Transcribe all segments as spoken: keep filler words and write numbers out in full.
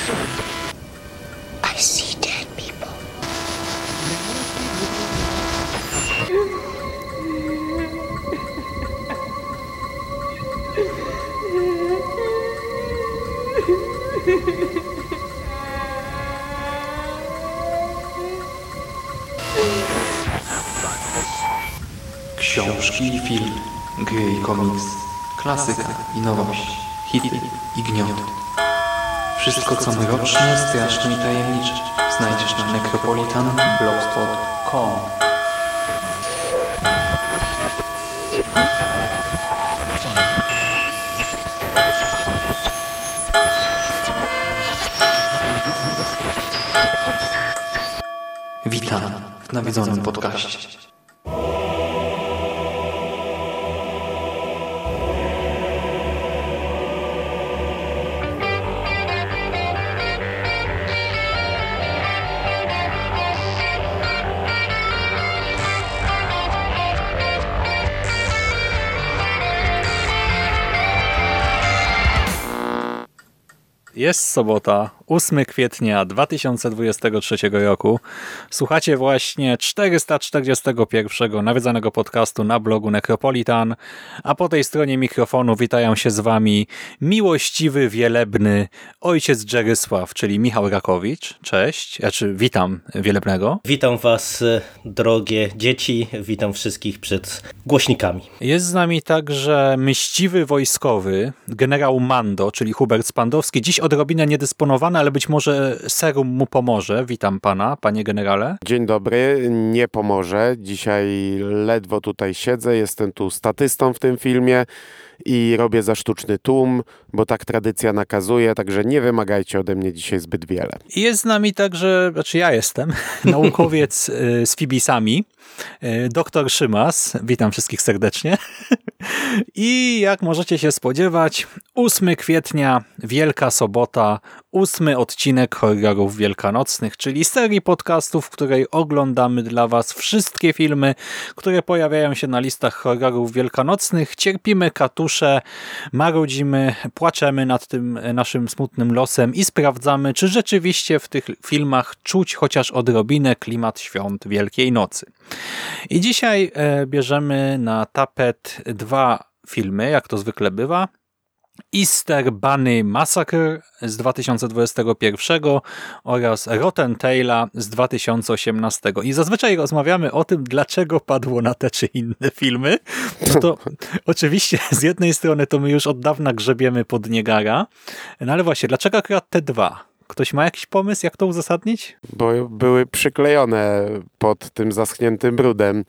I see dead people. Książki i film, gry i komiks, klasyka i nowość, hity i gnioty. Wszystko co mroczne, straszne i tajemnicze znajdziesz na necropolitan blogspot kropka com. Witam w nawiedzonym podcaście. Jest sobota, ósmego kwietnia dwa tysiące dwudziestego trzeciego roku. Słuchacie właśnie czterysta czterdziestego pierwszego nawiedzonego podcastu na blogu Necropolitan, a po tej stronie mikrofonu witają się z wami miłościwy, wielebny ojciec Jerysław, czyli Michał Rakowicz. Cześć, znaczy witam Wielebnego. Witam was, drogie dzieci, witam wszystkich przed głośnikami. Jest z nami także mściwy wojskowy, generał Mando, czyli Hubert Spandowski, dziś odrobinę niedysponowany, ale być może serum mu pomoże. Witam pana, panie generale. Dzień dobry, nie pomoże. Dzisiaj ledwo tutaj siedzę, jestem tu statystą w tym filmie i robię za sztuczny tłum, bo tak tradycja nakazuje, także nie wymagajcie ode mnie dzisiaj zbyt wiele. I jest z nami także, znaczy ja jestem, naukowiec z Fibisami, doktor Szymas. Witam wszystkich serdecznie. I jak możecie się spodziewać, ósmego kwietnia, Wielka Sobota, ósmy odcinek horrorów wielkanocnych, czyli serii podcastów, w której oglądamy dla was wszystkie filmy, które pojawiają się na listach horrorów wielkanocnych, cierpimy katusze, marudzimy, płaczemy nad tym naszym smutnym losem i sprawdzamy, czy rzeczywiście w tych filmach czuć chociaż odrobinę klimat świąt Wielkiej Nocy. I dzisiaj e, bierzemy na tapet dwa filmy, jak to zwykle bywa. Easter Bunny Massacre z dwa tysiące dwudziestego pierwszego oraz Rotten Taila z dwa tysiące osiemnastego. I zazwyczaj rozmawiamy o tym, dlaczego padło na te czy inne filmy. No to oczywiście z jednej strony to my już od dawna grzebiemy pod niegara, no ale właśnie, dlaczego akurat te dwa? Ktoś ma jakiś pomysł, jak to uzasadnić? Bo były przyklejone pod tym zaschniętym brudem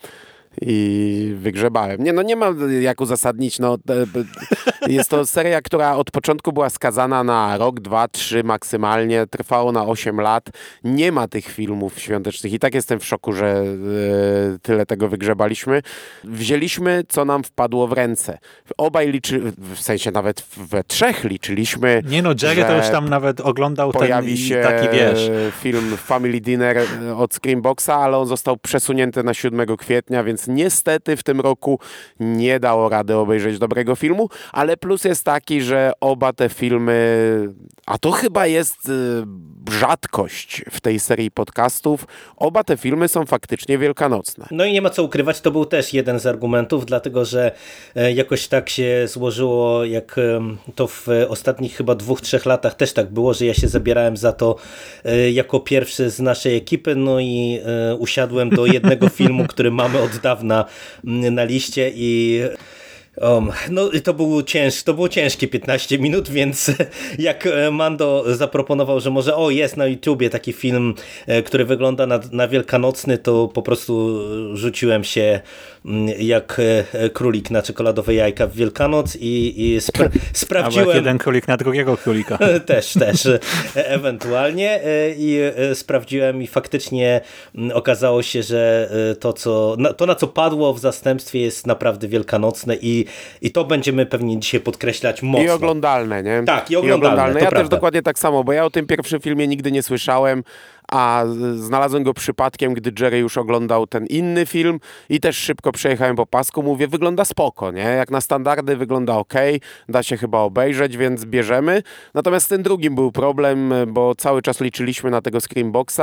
i wygrzebałem. Nie, no nie ma jak uzasadnić. No, jest to seria, która od początku była skazana na rok, dwa, trzy maksymalnie. Trwało na osiem lat. Nie ma tych filmów świątecznych i tak jestem w szoku, że y, tyle tego wygrzebaliśmy. Wzięliśmy, co nam wpadło w ręce. Obaj liczy, w sensie nawet we trzech liczyliśmy. Nie no, Jerry to już tam nawet oglądał pojawi ten się taki, wiesz, film Family Dinner od Screamboxa, ale on został przesunięty na siódmego kwietnia, więc niestety w tym roku nie dało rady obejrzeć dobrego filmu, ale plus jest taki, że oba te filmy, a to chyba jest y, rzadkość w tej serii podcastów, oba te filmy są faktycznie wielkanocne. No i nie ma co ukrywać, to był też jeden z argumentów, dlatego że e, jakoś tak się złożyło, jak e, to w ostatnich chyba dwóch, trzech latach też tak było, że ja się zabierałem za to e, jako pierwszy z naszej ekipy, no i e, usiadłem do jednego filmu, który mamy od dawna na liście i Um, no to było ciężkie, to było ciężkie piętnaście minut, więc jak Mando zaproponował, że może o jest na YouTubie taki film, który wygląda na, na wielkanocny, to po prostu rzuciłem się jak królik na czekoladowe jajka w Wielkanoc i, i spra sprawdziłem... Albo jak jeden królik na drugiego królika. Też, też, ewentualnie i sprawdziłem i faktycznie okazało się, że to, co, to na co padło w zastępstwie jest naprawdę wielkanocne i i to będziemy pewnie dzisiaj podkreślać mocno. I oglądalne, nie? Tak, i oglądalne, I oglądalne. to Ja prawda. też dokładnie tak samo, bo ja o tym pierwszym filmie nigdy nie słyszałem, a znalazłem go przypadkiem, gdy Jerry już oglądał ten inny film i też szybko przejechałem po pasku. Mówię, wygląda spoko, nie? Jak na standardy wygląda ok, da się chyba obejrzeć, więc bierzemy. Natomiast z tym drugim był problem, bo cały czas liczyliśmy na tego Screamboxa.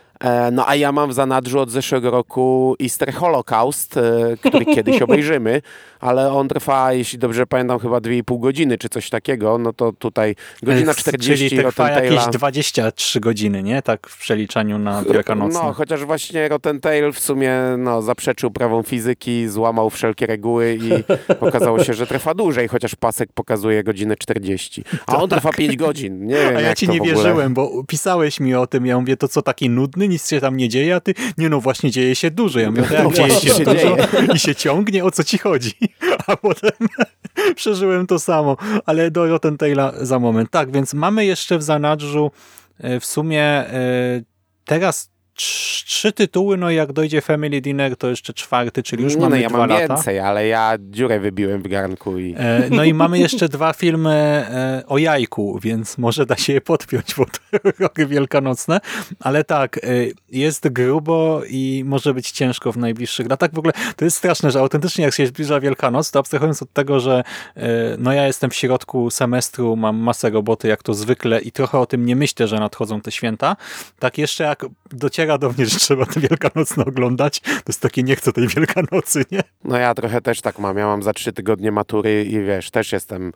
No a ja mam w zanadrzu od zeszłego roku Easter Holocaust, który kiedyś obejrzymy, ale on trwa, jeśli dobrze pamiętam, chyba dwie i pół godziny, czy coś takiego, no to tutaj godzina czterdzieści. Czyli trwa Rotten jakieś Taila. dwadzieścia trzy godziny, nie? Tak w przeliczaniu na wielkanocne. No, chociaż właśnie Rotten Tail w sumie no, zaprzeczył prawom fizyki, złamał wszelkie reguły i okazało się, że trwa dłużej, chociaż pasek pokazuje godzinę czterdzieści. A on trwa pięć godzin. Nie wiem, A ja jak ci to nie w ogóle. wierzyłem, bo pisałeś mi o tym, ja mówię, to co, taki nudny, nic się tam nie dzieje, a ty, nie no właśnie dzieje się dużo. Ja mówię, to jak No dzieje właśnie się się dużo dzieje. i się ciągnie, o co ci chodzi? A potem przeżyłem to samo, ale do Rotten Taila za moment. Tak, więc mamy jeszcze w zanadrzu e, w sumie e, teraz trz- trzy tytuły, no i jak dojdzie Family Dinner, to jeszcze czwarty, czyli już Nie, mamy no, ja dwa mam lata. więcej, ale ja dziurę wybiłem w garnku i... E, No i mamy jeszcze dwa filmy e, o jajku, więc może da się je podpiąć pod roky wielkanocne, ale tak, e, jest grubo i może być ciężko w najbliższych latach. W ogóle to jest straszne, że autentycznie jak się zbliża Wielkanoc, to abstrahując od tego, że e, no ja jestem w środku semestru, mam masę roboty jak to zwykle i trochę o tym nie myślę, że nadchodzą te święta, tak jeszcze jak dociera do mnie, że trzeba te wielkanocne oglądać, to jest takie nie chcę tej Wielkanocy, nie? No ja trochę też tak mam. Ja mam za trzy tygodnie matury i wiesz, też jestem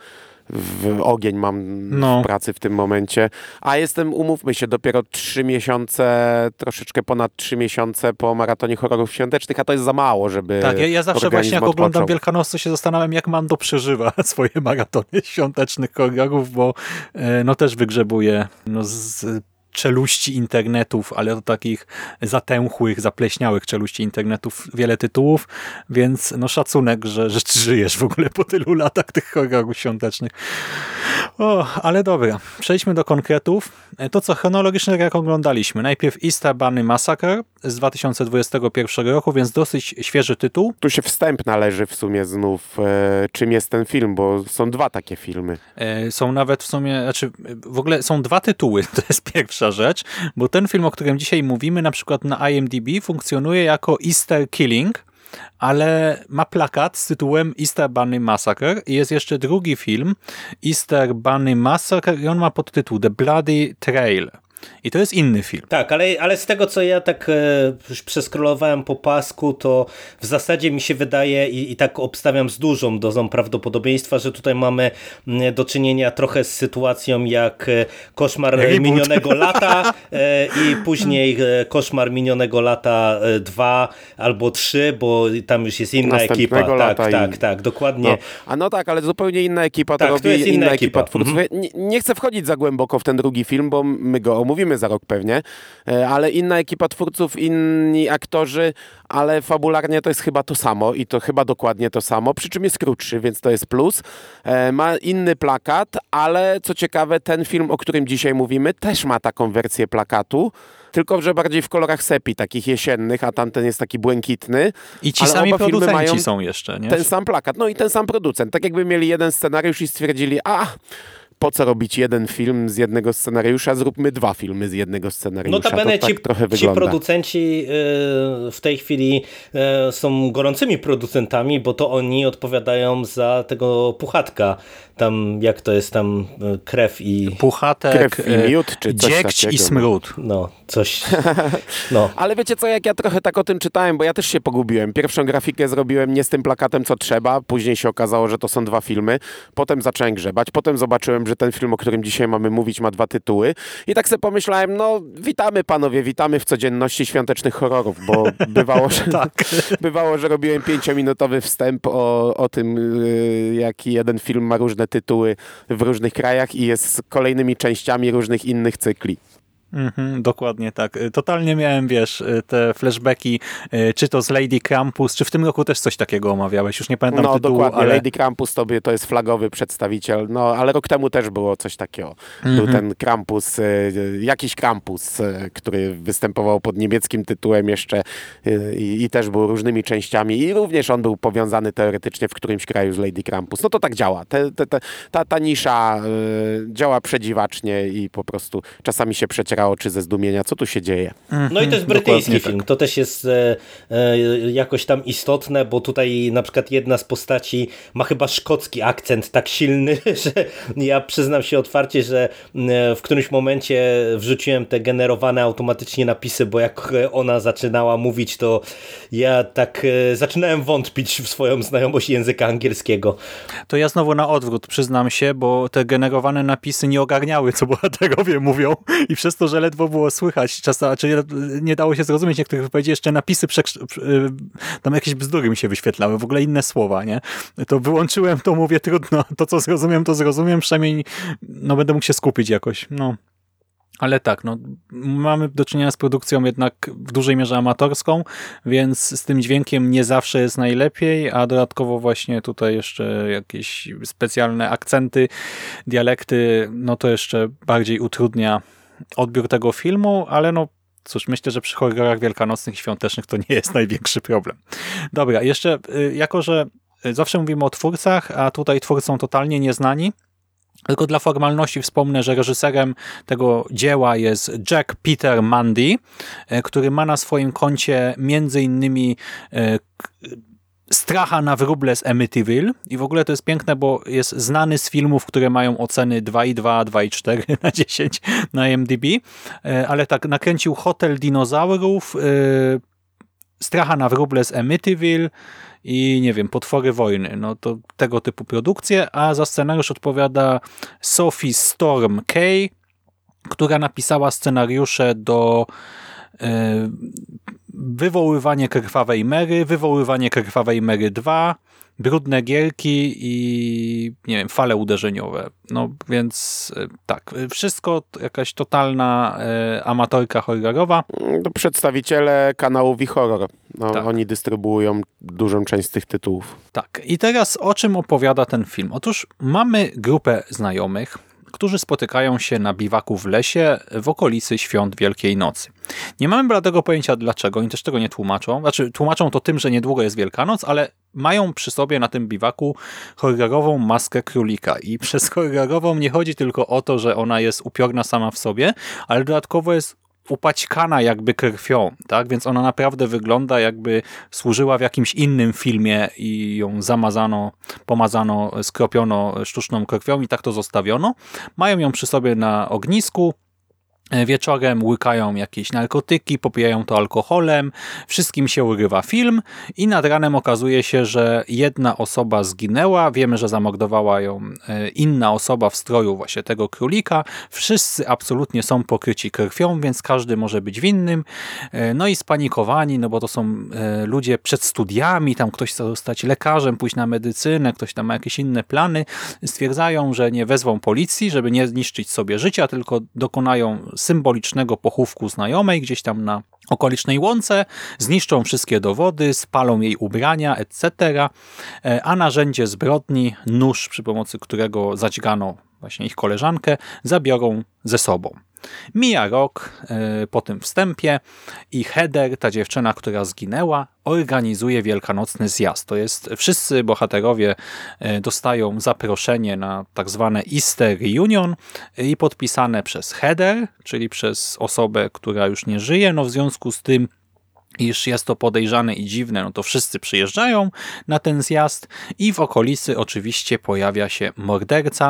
w ogień mam No. w pracy w tym momencie. A jestem, umówmy się, dopiero trzy miesiące, troszeczkę ponad trzy miesiące po maratonie horrorów świątecznych, a to jest za mało, żeby Tak, ja, ja zawsze organizm właśnie jak oglądam odpoczął. Wielkanoc, to się zastanawiam, jak Mando przeżywa swoje maratony świątecznych horrorów, bo e, no też wygrzebuje no, z czeluści internetów, ale do takich zatęchłych, zapleśniałych czeluści internetów wiele tytułów, więc no szacunek, że, że żyjesz w ogóle po tylu latach tych horrorów świątecznych. O, ale dobra, przejdźmy do konkretów. To co chronologicznie jak oglądaliśmy. Najpierw Easter Bunny Massacre z dwa tysiące dwudziestego pierwszego roku, więc dosyć świeży tytuł. Tu się wstęp należy w sumie znów, e, czym jest ten film, bo są dwa takie filmy. E, Są nawet w sumie, znaczy w ogóle są dwa tytuły, to jest pierwsza rzecz, bo ten film, o którym dzisiaj mówimy, na przykład na I M D B funkcjonuje jako Easter Killing, ale ma plakat z tytułem Easter Bunny Massacre i jest jeszcze drugi film, Easter Bunny Massacre i on ma podtytuł The Bloody Trail. I to jest inny film. Tak, ale, ale z tego, co ja tak e, już przeskrolowałem po pasku, to w zasadzie mi się wydaje i, i tak obstawiam z dużą dozą prawdopodobieństwa, że tutaj mamy m, do czynienia trochę z sytuacją jak e, Koszmar Reboot. minionego lata e, i później e, Koszmar minionego lata e, dwa albo trzy, bo tam już jest inna ekipa. Następnego Tak, lata tak, i- tak, dokładnie. No. A no tak, ale zupełnie inna ekipa Tak, to to robi, jest inna inna ekipa. ekipa twórców. Mhm. Nie, nie chcę wchodzić za głęboko w ten drugi film, bo my go omówimy za rok pewnie, e, ale inna ekipa twórców, inni aktorzy, ale fabularnie to jest chyba to samo i to chyba dokładnie to samo, przy czym jest krótszy, więc to jest plus. E, Ma inny plakat, ale co ciekawe, ten film, o którym dzisiaj mówimy, też ma taką wersję plakatu, tylko że bardziej w kolorach sepi, takich jesiennych, a tamten jest taki błękitny. I ci Ale sami oba filmy producenci mają są jeszcze, nie? Ten sam plakat, no i ten sam producent. Tak jakby mieli jeden scenariusz i stwierdzili, a po co robić jeden film z jednego scenariusza, zróbmy dwa filmy z jednego scenariusza. Notabene to tak ci, trochę ci wygląda. producenci y, w tej chwili y, są gorącymi producentami, bo to oni odpowiadają za tego Puchatka. Tam, jak to jest tam, y, krew i... Puchatek, Krew i e, miód, czy coś dziegć takiego, i smród. No, coś... No. Ale wiecie co, jak ja trochę tak o tym czytałem, bo ja też się pogubiłem. Pierwszą grafikę zrobiłem nie z tym plakatem, co trzeba. Później się okazało, że to są dwa filmy. Potem zacząłem grzebać. Potem zobaczyłem, że ten film, o którym dzisiaj mamy mówić, ma dwa tytuły. I tak sobie pomyślałem, no witamy panowie, witamy w codzienności świątecznych horrorów, bo bywało, że, bywało, że robiłem pięciominutowy wstęp o, o tym, yy, jaki jeden film ma różne tytuły w różnych krajach i jest z kolejnymi częściami różnych innych cykli. Mhm, dokładnie tak. Totalnie miałem, wiesz, te flashbacki, czy to z Lady Krampus, czy w tym roku też coś takiego omawiałeś, już nie pamiętam No tytułu, dokładnie, ale... Lady Krampus to, by, to jest flagowy przedstawiciel, no ale rok temu też było coś takiego. Mhm. Był ten Krampus, y, jakiś Krampus, y, który występował pod niemieckim tytułem jeszcze y, i też był różnymi częściami i również on był powiązany teoretycznie w którymś kraju z Lady Krampus. No to tak działa. Te, te, te, ta, ta nisza y, działa przedziwacznie i po prostu czasami się przeciera oczy ze zdumienia, co tu się dzieje. No i to jest brytyjski Dokładnie film. tak. To też jest e, e, jakoś tam istotne, bo tutaj na przykład jedna z postaci ma chyba szkocki akcent tak silny, że ja przyznam się otwarcie, że e, w którymś momencie wrzuciłem te generowane automatycznie napisy, bo jak ona zaczynała mówić, to ja tak e, zaczynałem wątpić w swoją znajomość języka angielskiego. To ja znowu na odwrót, przyznam się, bo te generowane napisy nie ogarniały, co bohaterowie mówią i przez to, że ledwo było słychać, czasami, czy nie dało się zrozumieć niektórych wypowiedzi, jeszcze napisy, tam jakieś bzdury mi się wyświetlały, w ogóle inne słowa, nie? To wyłączyłem, to mówię, trudno, to co zrozumiem, to zrozumiem, przynajmniej no będę mógł się skupić jakoś, no. Ale tak, no, mamy do czynienia z produkcją jednak w dużej mierze amatorską, więc z tym dźwiękiem nie zawsze jest najlepiej, a dodatkowo właśnie tutaj jeszcze jakieś specjalne akcenty, dialekty, no to jeszcze bardziej utrudnia odbiór tego filmu, ale no cóż, myślę, że przy horrorach wielkanocnych i świątecznych to nie jest największy problem. Dobra, jeszcze jako, że zawsze mówimy o twórcach, a tutaj twórcy są totalnie nieznani, tylko dla formalności wspomnę, że reżyserem tego dzieła jest Jack Peter Mundy, który ma na swoim koncie między innymi Stracha na wróble z Amityville i w ogóle to jest piękne, bo jest znany z filmów, które mają oceny dwa i dwa, dwa i cztery na dziesięć na I M D B, ale tak nakręcił Hotel Dinozaurów, Stracha na wróble z Amityville i nie wiem, Potwory wojny, no to tego typu produkcje, a za scenariusz odpowiada Sophie Storm Kay, która napisała scenariusze do e, Wywoływanie krwawej Mary, Wywoływanie krwawej Mary dwa, Brudne gierki i nie wiem, Fale uderzeniowe. No więc e, tak, wszystko jakaś totalna e, amatorka horrorowa. To przedstawiciele kanału WeHorror. No, Tak. Oni dystrybuują dużą część z tych tytułów. Tak, i teraz o czym opowiada ten film? Otóż mamy grupę znajomych, którzy spotykają się na biwaku w lesie w okolicy świąt Wielkiej Nocy. Nie mamy bladego pojęcia dlaczego, oni też tego nie tłumaczą. Znaczy tłumaczą to tym, że niedługo jest Wielkanoc, ale mają przy sobie na tym biwaku horrorową maskę królika. I przez horrorową nie chodzi tylko o to, że ona jest upiorna sama w sobie, ale dodatkowo jest upaćkana jakby krwią, tak? Więc ona naprawdę wygląda jakby służyła w jakimś innym filmie i ją zamazano, pomazano, skropiono sztuczną krwią i tak to zostawiono. Mają ją przy sobie na ognisku, wieczorem łykają jakieś narkotyki, popijają to alkoholem, wszystkim się urywa film i nad ranem okazuje się, że jedna osoba zginęła, wiemy, że zamordowała ją inna osoba w stroju właśnie tego królika, wszyscy absolutnie są pokryci krwią, więc każdy może być winnym, no i spanikowani, no bo to są ludzie przed studiami, tam ktoś chce zostać lekarzem, pójść na medycynę, ktoś tam ma jakieś inne plany, stwierdzają, że nie wezwą policji, żeby nie zniszczyć sobie życia, tylko dokonają symbolicznego pochówku znajomej gdzieś tam na okolicznej łące, zniszczą wszystkie dowody, spalą jej ubrania, et cetera. A narzędzie zbrodni, nóż, przy pomocy którego zadźgano właśnie ich koleżankę, zabiorą ze sobą. Mija rok yy, po tym wstępie i Heather, ta dziewczyna, która zginęła, organizuje wielkanocny zjazd. To jest, wszyscy bohaterowie yy, dostają zaproszenie na tak zwane Easter Reunion i podpisane przez Heather, czyli przez osobę, która już nie żyje. No w związku z tym, iż jest to podejrzane i dziwne, no to wszyscy przyjeżdżają na ten zjazd i w okolicy oczywiście pojawia się morderca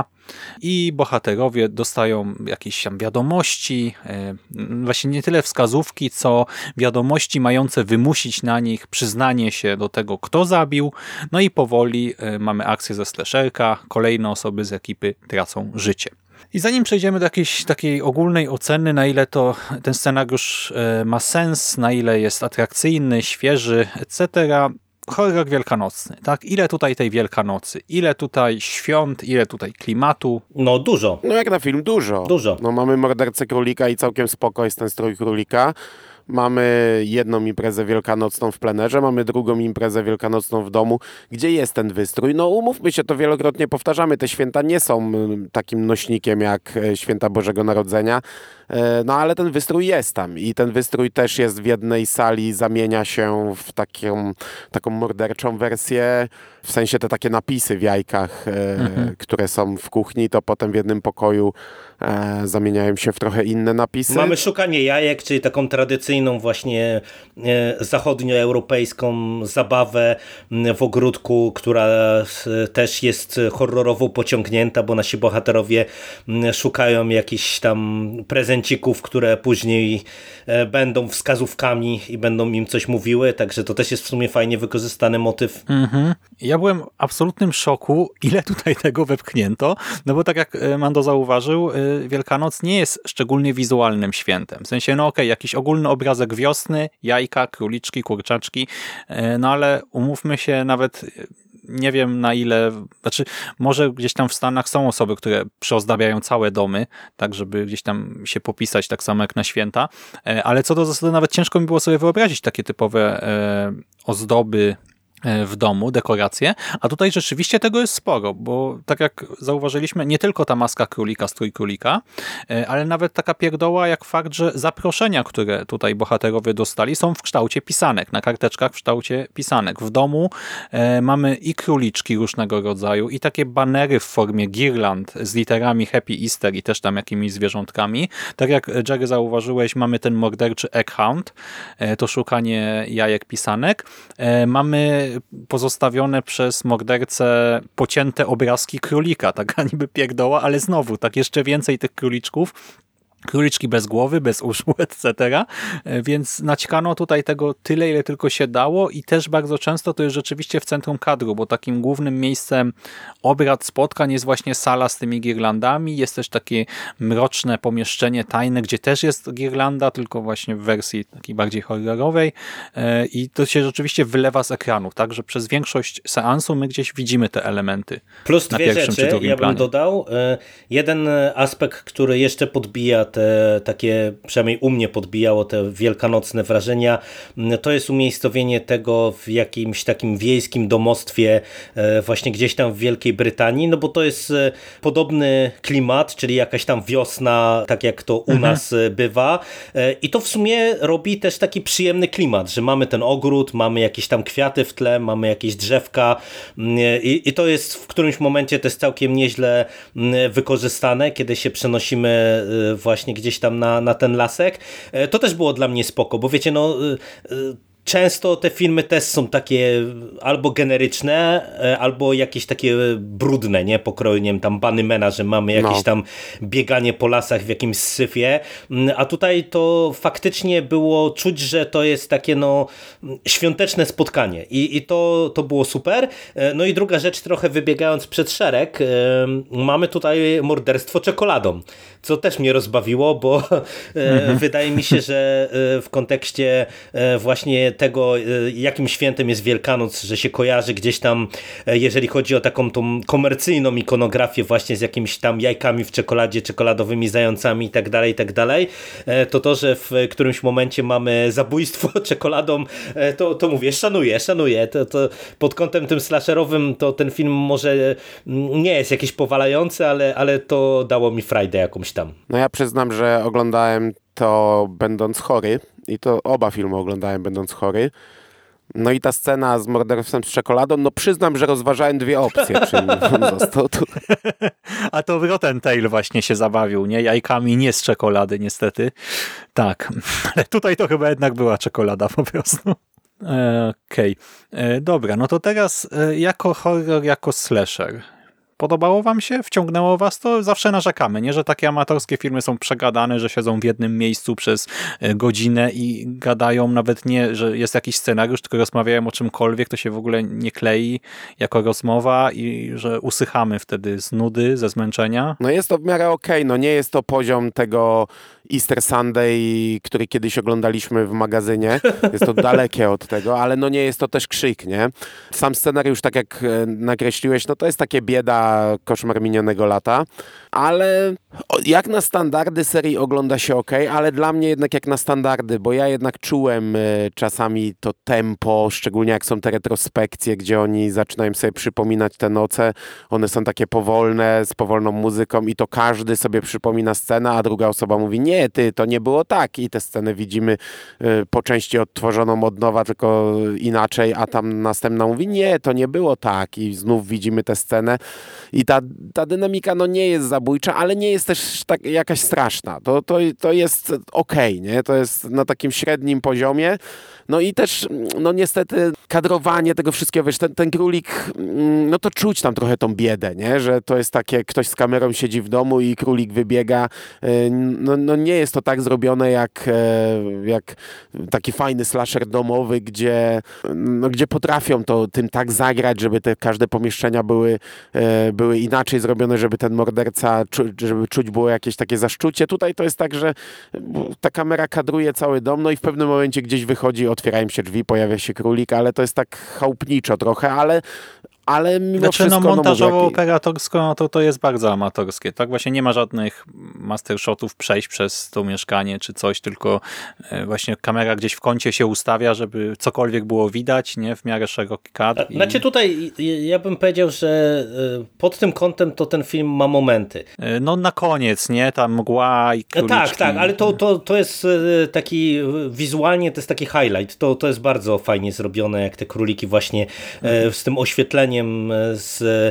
i bohaterowie dostają jakieś tam wiadomości, właśnie nie tyle wskazówki, co wiadomości mające wymusić na nich przyznanie się do tego, kto zabił, no i powoli mamy akcję ze slasherka, kolejne osoby z ekipy tracą życie. I zanim przejdziemy do jakiejś takiej ogólnej oceny, na ile to ten scenariusz ma sens, na ile jest atrakcyjny, świeży, et cetera, horror wielkanocny, tak? Ile tutaj tej Wielkanocy, ile tutaj świąt, ile tutaj klimatu. No dużo. No jak na film dużo. Dużo. No mamy Mordercę Królika i całkiem spoko jest ten strój królika. Mamy jedną imprezę wielkanocną w plenerze, mamy drugą imprezę wielkanocną w domu. Gdzie jest ten wystrój? No umówmy się, to wielokrotnie powtarzamy, te święta nie są takim nośnikiem jak święta Bożego Narodzenia, no ale ten wystrój jest tam i ten wystrój też jest w jednej sali, zamienia się w taką, taką morderczą wersję, w sensie te takie napisy w jajkach, mhm. które są w kuchni, to potem w jednym pokoju e, zamieniają się w trochę inne napisy. Mamy szukanie jajek, czyli taką tradycyjną właśnie e, zachodnioeuropejską zabawę w ogródku, która też jest horrorowo pociągnięta, bo nasi bohaterowie szukają jakichś tam prezencików, które później e, będą wskazówkami i będą im coś mówiły, także to też jest w sumie fajnie wykorzystany motyw. Mhm. Ja byłem w absolutnym szoku, ile tutaj tego wepchnięto, no bo tak jak Mando zauważył, Wielkanoc nie jest szczególnie wizualnym świętem. W sensie, no okej, okay, jakiś ogólny obrazek wiosny, jajka, króliczki, kurczaczki, no ale umówmy się, nawet nie wiem na ile, znaczy może gdzieś tam w Stanach są osoby, które przyozdabiają całe domy, tak żeby gdzieś tam się popisać, tak samo jak na święta, ale co do zasady nawet ciężko mi było sobie wyobrazić takie typowe e, ozdoby w domu, dekoracje, a tutaj rzeczywiście tego jest sporo, bo tak jak zauważyliśmy, nie tylko ta maska królika, strój królika, ale nawet taka pierdoła jak fakt, że zaproszenia, które tutaj bohaterowie dostali, są w kształcie pisanek, na karteczkach w kształcie pisanek. W domu e, mamy i króliczki różnego rodzaju, i takie banery w formie girland z literami Happy Easter i też tam jakimiś zwierzątkami. Tak jak Jerry zauważyłeś, mamy ten morderczy egghound, e, to szukanie jajek pisanek. E, mamy pozostawione przez mordercę pocięte obrazki królika, taka niby pierdoła, ale znowu tak jeszcze więcej tych króliczków. Króliczki bez głowy, bez uszu, et cetera. Więc naćkano tutaj tego tyle, ile tylko się dało i też bardzo często to jest rzeczywiście w centrum kadru, bo takim głównym miejscem obrad, spotkań jest właśnie sala z tymi girlandami. Jest też takie mroczne pomieszczenie tajne, gdzie też jest girlanda, tylko właśnie w wersji takiej bardziej horrorowej i to się rzeczywiście wylewa z ekranu, tak, że przez większość seansu my gdzieś widzimy te elementy. Plus dwie rzeczy, ja bym planie. dodał. Jeden aspekt, który jeszcze podbija te takie, przynajmniej u mnie podbijało te wielkanocne wrażenia, to jest umiejscowienie tego w jakimś takim wiejskim domostwie właśnie gdzieś tam w Wielkiej Brytanii, no bo to jest podobny klimat, czyli jakaś tam wiosna, tak jak to u mhm. nas bywa i to w sumie robi też taki przyjemny klimat, że mamy ten ogród, mamy jakieś tam kwiaty w tle, mamy jakieś drzewka i, i to jest w którymś momencie to jest całkiem nieźle wykorzystane, kiedy się przenosimy właśnie gdzieś tam na, na ten lasek. To też było dla mnie spoko, bo wiecie, no często te filmy też są takie albo generyczne, albo jakieś takie brudne, nie? Pokroju, nie wiem, tam Bunnymana, że mamy jakieś no. tam bieganie po lasach w jakimś syfie, a tutaj to faktycznie było czuć, że to jest takie no świąteczne spotkanie i, i to, to było super. No i druga rzecz, trochę wybiegając przed szereg, mamy tutaj morderstwo czekoladą, co też mnie rozbawiło, bo mhm. wydaje mi się, że w kontekście właśnie tego, jakim świętem jest Wielkanoc, że się kojarzy gdzieś tam, jeżeli chodzi o taką tą komercyjną ikonografię właśnie z jakimiś tam jajkami w czekoladzie, czekoladowymi zającami i tak dalej, i tak dalej, to to, że w którymś momencie mamy zabójstwo czekoladą, to, to mówię, szanuję, szanuję. To, to pod kątem tym slasherowym to ten film może nie jest jakiś powalający, ale, ale to dało mi frajdę jakąś tam. No ja przyznam, że oglądałem to będąc chory i to oba filmy oglądałem będąc chory. No i ta scena z morderstwem z czekoladą, no przyznam, że rozważałem dwie opcje, czy on został tu. A to Rotten Tail właśnie się zabawił, nie? Jajkami, nie z czekolady niestety. Tak, ale tutaj to chyba jednak była czekolada po prostu. Okej, okay. Dobra, no to teraz jako horror, jako slasher. Podobało wam się? Wciągnęło was to? Zawsze narzekamy, nie? Że takie amatorskie filmy są przegadane, że siedzą w jednym miejscu przez godzinę i gadają nawet nie, że jest jakiś scenariusz, tylko rozmawiają o czymkolwiek, to się w ogóle nie klei jako rozmowa i że usychamy wtedy z nudy, ze zmęczenia. No jest to w miarę okej, okay. No nie jest to poziom tego Easter Sunday, który kiedyś oglądaliśmy w magazynie. Jest to dalekie od tego, ale no nie jest to też krzyk, nie? Sam scenariusz, tak jak nakreśliłeś, no to jest takie bieda, koszmar minionego lata, ale jak na standardy serii ogląda się ok, ale dla mnie jednak jak na standardy, bo ja jednak czułem czasami to tempo, szczególnie jak są te retrospekcje, gdzie oni zaczynają sobie przypominać te noce, one są takie powolne, z powolną muzyką i to każdy sobie przypomina scenę, a druga osoba mówi, nie, ty, to nie było tak i tę scenę widzimy po części odtworzoną od nowa, tylko inaczej, a tam następna mówi, nie, to nie było tak i znów widzimy tę scenę i ta, ta dynamika no nie jest zabójcza, ale nie jest też tak jakaś straszna. To, to, to jest okej, nie? To jest na takim średnim poziomie. No i też, no niestety kadrowanie tego wszystkiego, wiesz, ten, ten królik, no to czuć tam trochę tą biedę, nie? Że to jest takie, ktoś z kamerą siedzi w domu i królik wybiega. No, no nie jest to tak zrobione jak, jak taki fajny slasher domowy, gdzie, no, gdzie potrafią to tym tak zagrać, żeby te każde pomieszczenia były, były inaczej zrobione, żeby ten morderca, żeby czuć było jakieś takie zaszczucie. Tutaj to jest tak, że ta kamera kadruje cały dom, no i w pewnym momencie gdzieś wychodzi, otwierają się drzwi, pojawia się królik, ale to jest tak chałupniczo trochę, ale ale mimo znaczy, wszystko... no montażowo, no, operatorsko, no to, to jest bardzo amatorskie, tak? Właśnie nie ma żadnych mastershotów przejść przez to mieszkanie czy coś, tylko właśnie kamera gdzieś w kącie się ustawia, żeby cokolwiek było widać, nie? W miarę szeroki kadr. I... Znaczy tutaj ja bym powiedział, że pod tym kątem to ten film ma momenty. No na koniec, nie? Ta mgła i króliczki. Tak, tak, ale to, to, to jest taki, wizualnie to jest taki highlight, to, to jest bardzo fajnie zrobione, jak te króliki właśnie mhm. z tym oświetleniem z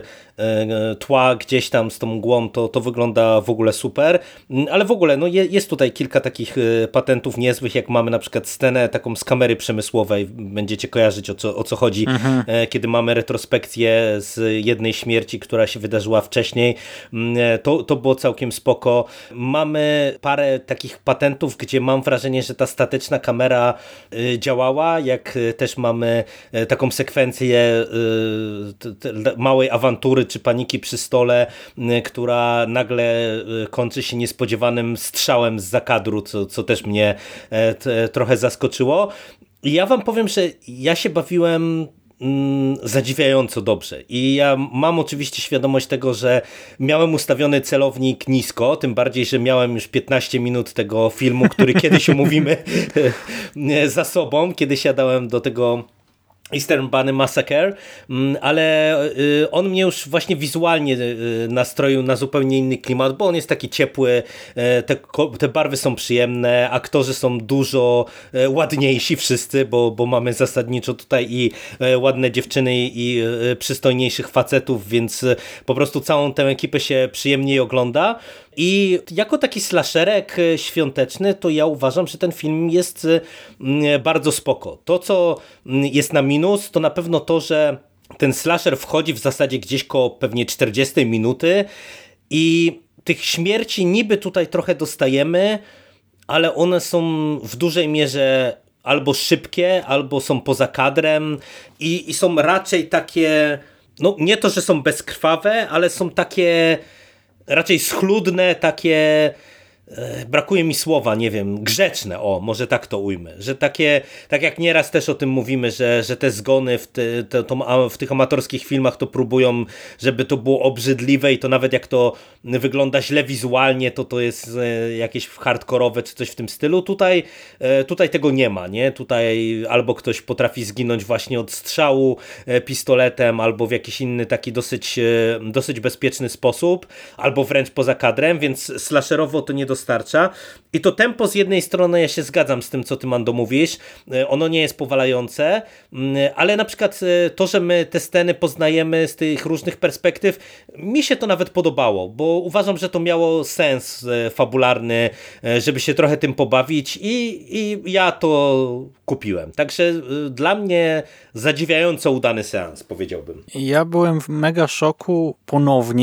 tła gdzieś tam z tą mgłą, to, to wygląda w ogóle super, ale w ogóle no je, jest tutaj kilka takich patentów niezłych, jak mamy na przykład scenę taką z kamery przemysłowej, będziecie kojarzyć o co, o co chodzi, mhm. kiedy mamy retrospekcję z jednej śmierci, która się wydarzyła wcześniej, to, to było całkiem spoko. Mamy parę takich patentów, gdzie mam wrażenie, że ta statyczna kamera działała, jak też mamy taką sekwencję małej awantury czy paniki przy stole, która nagle kończy się niespodziewanym strzałem z zakadru, co, co też mnie t, trochę zaskoczyło. I ja wam powiem, że ja się bawiłem mm, zadziwiająco dobrze. I ja mam oczywiście świadomość tego, że miałem ustawiony celownik nisko, tym bardziej, że miałem już piętnaście minut tego filmu, który kiedyś omówimy za sobą, kiedy siadałem do tego Eastern Bunny Massacre, ale on mnie już właśnie wizualnie nastroił na zupełnie inny klimat, bo on jest taki ciepły, te, te barwy są przyjemne, aktorzy są dużo ładniejsi wszyscy, bo, bo mamy zasadniczo tutaj i ładne dziewczyny i przystojniejszych facetów, więc po prostu całą tę ekipę się przyjemniej ogląda. I jako taki slasherek świąteczny, to ja uważam, że ten film jest bardzo spoko. To, co jest na minus, to na pewno to, że ten slasher wchodzi w zasadzie gdzieś koło pewnie czterdziestej minuty i tych śmierci niby tutaj trochę dostajemy, ale one są w dużej mierze albo szybkie, albo są poza kadrem i, i są raczej takie, no nie to, że są bezkrwawe, ale są takie raczej schludne, takie, e, brakuje mi słowa, nie wiem, grzeczne, o, może tak to ujmę, że takie, tak jak nieraz też o tym mówimy, że, że te zgony w, te, te, to, w tych amatorskich filmach to próbują, żeby to było obrzydliwe i to nawet jak to wygląda źle wizualnie, to to jest e, jakieś hardkorowe czy coś w tym stylu. Tutaj, e, tutaj tego nie ma, nie? Tutaj albo ktoś potrafi zginąć właśnie od strzału e, pistoletem, albo w jakiś inny taki dosyć, e, dosyć bezpieczny sposób, albo wręcz poza kadrem, więc slasherowo to nie dostarcza. I to tempo z jednej strony, ja się zgadzam z tym, co ty, Mando, mówisz, e, ono nie jest powalające, e, ale na przykład e, to, że my te sceny poznajemy z tych różnych perspektyw, mi się to nawet podobało, bo uważam, że to miało sens fabularny, żeby się trochę tym pobawić i, i ja to kupiłem. Także dla mnie zadziwiająco udany seans, powiedziałbym. Ja byłem w mega szoku ponownie,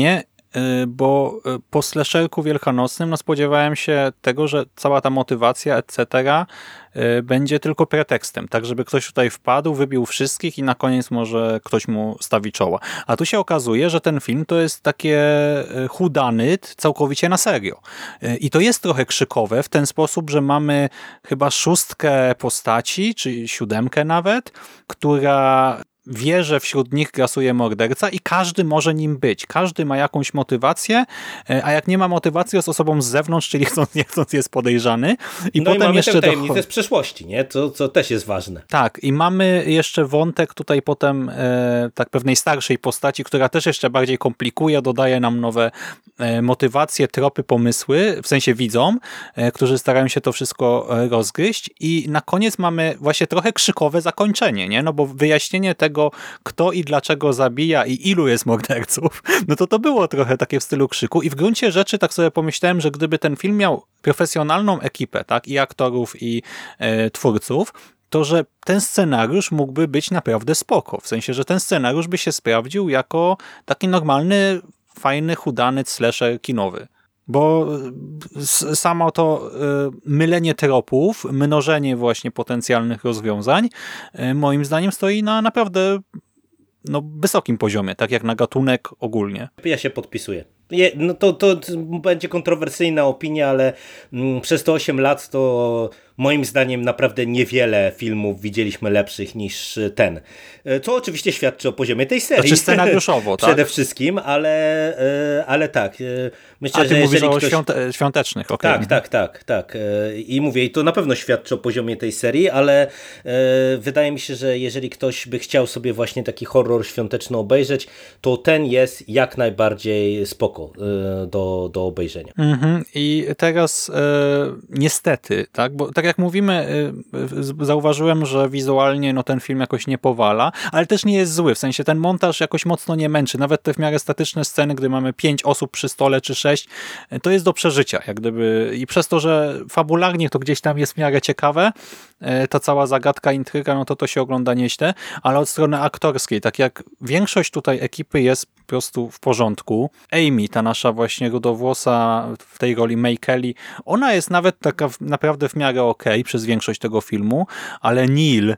bo po slasherku wielkanocnym no spodziewałem się tego, że cała ta motywacja, et cetera będzie tylko pretekstem, tak żeby ktoś tutaj wpadł, wybił wszystkich i na koniec może ktoś mu stawi czoła. A tu się okazuje, że ten film to jest takie whodunit całkowicie na serio. I to jest trochę krzykowe w ten sposób, że mamy chyba szóstkę postaci, czy siódemkę nawet, która wie, że wśród nich grasuje morderca i każdy może nim być. Każdy ma jakąś motywację, a jak nie ma motywacji, jest osobą z zewnątrz, czyli chcąc nie chcąc jest podejrzany. I no potem i mamy jeszcze tę tajemnicę docho- z przeszłości, nie? Co, co też jest ważne. Tak, i mamy jeszcze wątek tutaj potem e, tak pewnej starszej postaci, która też jeszcze bardziej komplikuje, dodaje nam nowe e, motywacje, tropy, pomysły, w sensie widzom, e, którzy starają się to wszystko e, rozgryźć i na koniec mamy właśnie trochę krzykowe zakończenie, nie? No bo wyjaśnienie tego, kto i dlaczego zabija i ilu jest morderców, no to to było trochę takie w stylu krzyku i w gruncie rzeczy tak sobie pomyślałem, że gdyby ten film miał profesjonalną ekipę, tak, i aktorów, i e, twórców, to że ten scenariusz mógłby być naprawdę spoko. W sensie, że ten scenariusz by się sprawdził jako taki normalny, fajny, whodunit slasher kinowy. Bo samo to mylenie tropów, mnożenie właśnie potencjalnych rozwiązań moim zdaniem stoi na naprawdę no, wysokim poziomie, tak jak na gatunek ogólnie. Ja się podpisuję. Je, no to, to będzie kontrowersyjna opinia, ale mm, przez te osiem lat to moim zdaniem naprawdę niewiele filmów widzieliśmy lepszych niż ten. Co oczywiście świadczy o poziomie tej serii. Znaczy scenariuszowo, tak? Przede wszystkim, ale, ale tak. Myślę, A ty że mówisz jeżeli o ktoś... świąte, świątecznych, okej. Tak, tak, tak, tak. I mówię, i to na pewno świadczy o poziomie tej serii, ale wydaje mi się, że jeżeli ktoś by chciał sobie właśnie taki horror świąteczny obejrzeć, to ten jest jak najbardziej spoko do, do obejrzenia. Mhm. I teraz e, niestety, tak, bo tak jak mówimy, e, zauważyłem, że wizualnie no, ten film jakoś nie powala, ale też nie jest zły, w sensie ten montaż jakoś mocno nie męczy, nawet te w miarę statyczne sceny, gdy mamy pięć osób przy stole czy sześć, to jest do przeżycia, jak gdyby, i przez to, że fabularnie to gdzieś tam jest w miarę ciekawe, e, ta cała zagadka, intryga, no to to się ogląda nieźle, ale od strony aktorskiej, tak jak większość tutaj ekipy jest po prostu w porządku. Amy, ta nasza właśnie rudowłosa w tej roli May Kelly, ona jest nawet taka w, naprawdę w miarę okej okay przez większość tego filmu, ale Neil,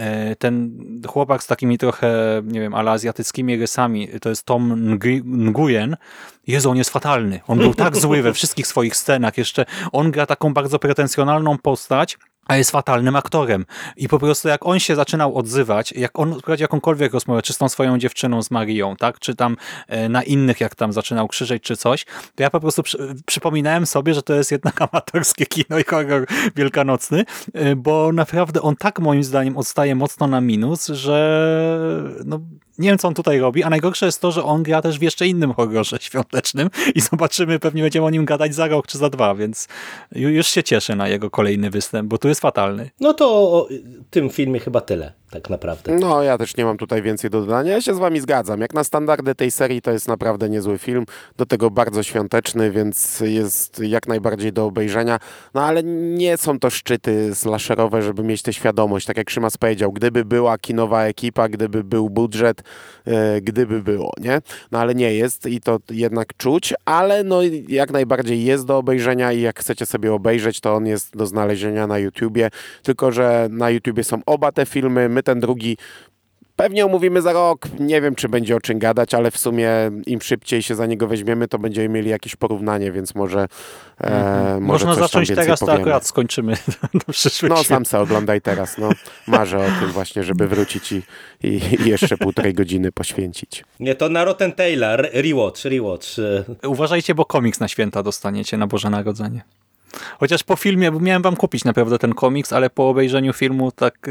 ten chłopak z takimi trochę, nie wiem, ale azjatyckimi rysami, to jest Tom Nguyen. Jezu, on jest fatalny. On był tak zły we wszystkich swoich scenach. Jeszcze on gra taką bardzo pretensjonalną postać, a jest fatalnym aktorem. I po prostu jak on się zaczynał odzywać, jak on prowadzi jakąkolwiek rozmowę, czy z tą swoją dziewczyną, z Marią, tak, czy tam e, na innych, jak tam zaczynał krzyczeć, czy coś, to ja po prostu przy, przypominałem sobie, że to jest jednak amatorskie kino i horror wielkanocny, e, bo naprawdę on tak moim zdaniem odstaje mocno na minus, że no, nie wiem, co on tutaj robi, a najgorsze jest to, że on gra też w jeszcze innym horrorze świątecznym i zobaczymy, pewnie będziemy o nim gadać za rok czy za dwa, więc już się cieszę na jego kolejny występ, bo tu jest fatalny. No to o tym filmie chyba tyle, tak naprawdę. No, ja też nie mam tutaj więcej do dodania. Ja się z wami zgadzam. Jak na standardy tej serii to jest naprawdę niezły film, do tego bardzo świąteczny, więc jest jak najbardziej do obejrzenia. No, ale nie są to szczyty slasherowe, żeby mieć tę świadomość. Tak jak Szymas powiedział, gdyby była kinowa ekipa, gdyby był budżet, e, gdyby było, nie? No, ale nie jest i to jednak czuć, ale no jak najbardziej jest do obejrzenia i jak chcecie sobie obejrzeć, to on jest do znalezienia na YouTubie, tylko że na YouTubie są oba te filmy. My ten drugi pewnie omówimy za rok. Nie wiem, czy będzie o czym gadać, ale w sumie im szybciej się za niego weźmiemy, to będziemy mieli jakieś porównanie, więc może, e, może można coś zacząć tam więcej teraz, powiemy. to akurat skończymy do przyszłych No świąt. sam se oglądaj teraz. No. Marzę o tym właśnie, żeby wrócić i, i, i jeszcze półtorej godziny poświęcić. Nie, to na Rotten Taylor, rewatch, rewatch. Uważajcie, bo komiks na święta dostaniecie na Boże Narodzenie. Chociaż po filmie, bo miałem wam kupić naprawdę ten komiks, ale po obejrzeniu filmu tak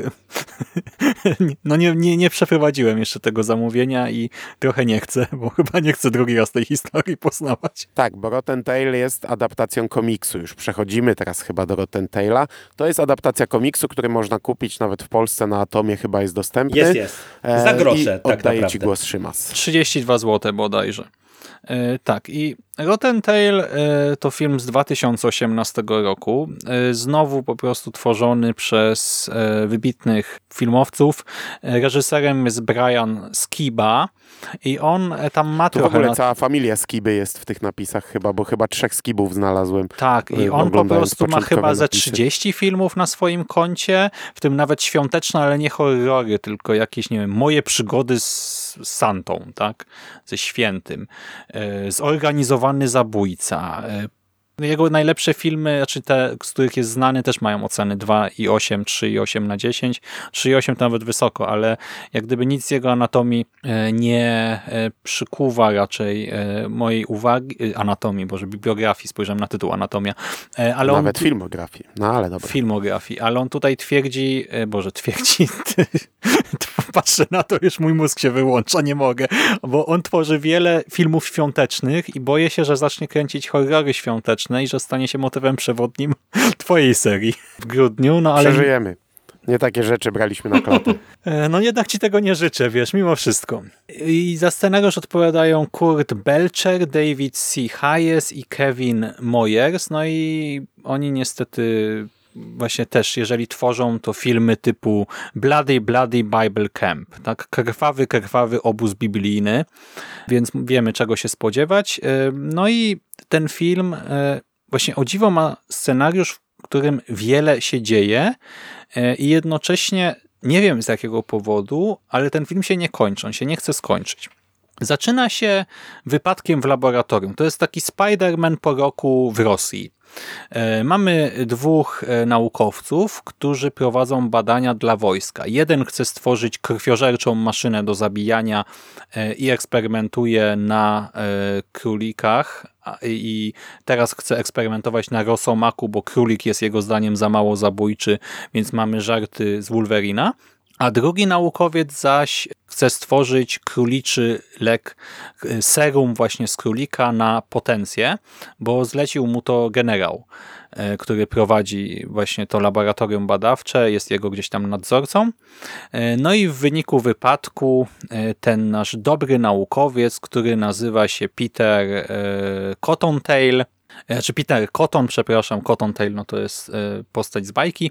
no nie, nie, nie przeprowadziłem jeszcze tego zamówienia i trochę nie chcę, bo chyba nie chcę drugi raz tej historii poznawać. Tak, bo Rotten Tail jest adaptacją komiksu. Już przechodzimy teraz chyba do Rotten Taila. To jest adaptacja komiksu, który można kupić nawet w Polsce, na Atomie chyba jest dostępny. Jest, jest. Za grosze, I tak oddaję naprawdę. ci głos, Szymas. trzydzieści dwa złote bodajże. Yy, tak, i Rotten Tail to film z dwa tysiące osiemnastego roku. Znowu po prostu tworzony przez wybitnych filmowców. Reżyserem jest Brian Skiba i on tam ma to trochę... w ogóle na... cała familia Skiby jest w tych napisach chyba, bo chyba trzech Skibów znalazłem. Tak, i on po prostu ma chyba ze trzydzieści filmów na swoim koncie, w tym nawet świąteczne, ale nie horrory, tylko jakieś, nie wiem, moje przygody z Santą, tak? Ze świętym. Zorganizowany zabójca. Jego najlepsze filmy, znaczy te, z których jest znany, też mają oceny dwa i osiem, trzy i osiem na dziesięć. trzy i osiem to nawet wysoko, ale jak gdyby nic z jego anatomii nie przykuwa raczej mojej uwagi, anatomii, boże, bibliografii, spojrzałem na tytuł Anatomia. Ale nawet on, filmografii, no ale dobra. Filmografii, ale on tutaj twierdzi, boże, twierdzi, patrzę na to, już mój mózg się wyłącza, nie mogę, bo on tworzy wiele filmów świątecznych i boję się, że zacznie kręcić horrory świąteczne i że stanie się motywem przewodnim twojej serii w grudniu, no ale... Przeżyjemy. Nie takie rzeczy braliśmy na klatę. No jednak ci tego nie życzę, wiesz, mimo wszystko. I za scenariusz odpowiadają Kurt Belcher, David C. Hayes i Kevin Moyers, no i oni niestety właśnie też, jeżeli tworzą to filmy typu Bloody Bloody Bible Camp, tak? Krwawy, krwawy obóz biblijny, więc wiemy, czego się spodziewać. No i ten film właśnie o dziwo ma scenariusz, w którym wiele się dzieje i jednocześnie nie wiem z jakiego powodu, ale ten film się nie kończy, on się nie chce skończyć. Zaczyna się wypadkiem w laboratorium. To jest taki Spider-Man po roku w Rosji. Mamy dwóch naukowców, którzy prowadzą badania dla wojska. Jeden chce stworzyć krwiożerczą maszynę do zabijania i eksperymentuje na królikach i teraz chce eksperymentować na rosomaku, bo królik jest jego zdaniem za mało zabójczy, więc mamy żarty z Wolverina. A drugi naukowiec zaś chce stworzyć króliczy lek, serum właśnie z królika na potencję, bo zlecił mu to generał, który prowadzi właśnie to laboratorium badawcze, jest jego gdzieś tam nadzorcą. No i w wyniku wypadku ten nasz dobry naukowiec, który nazywa się Peter Cottontail, czy Peter Cotton, przepraszam, Cottontail, no to jest postać z bajki.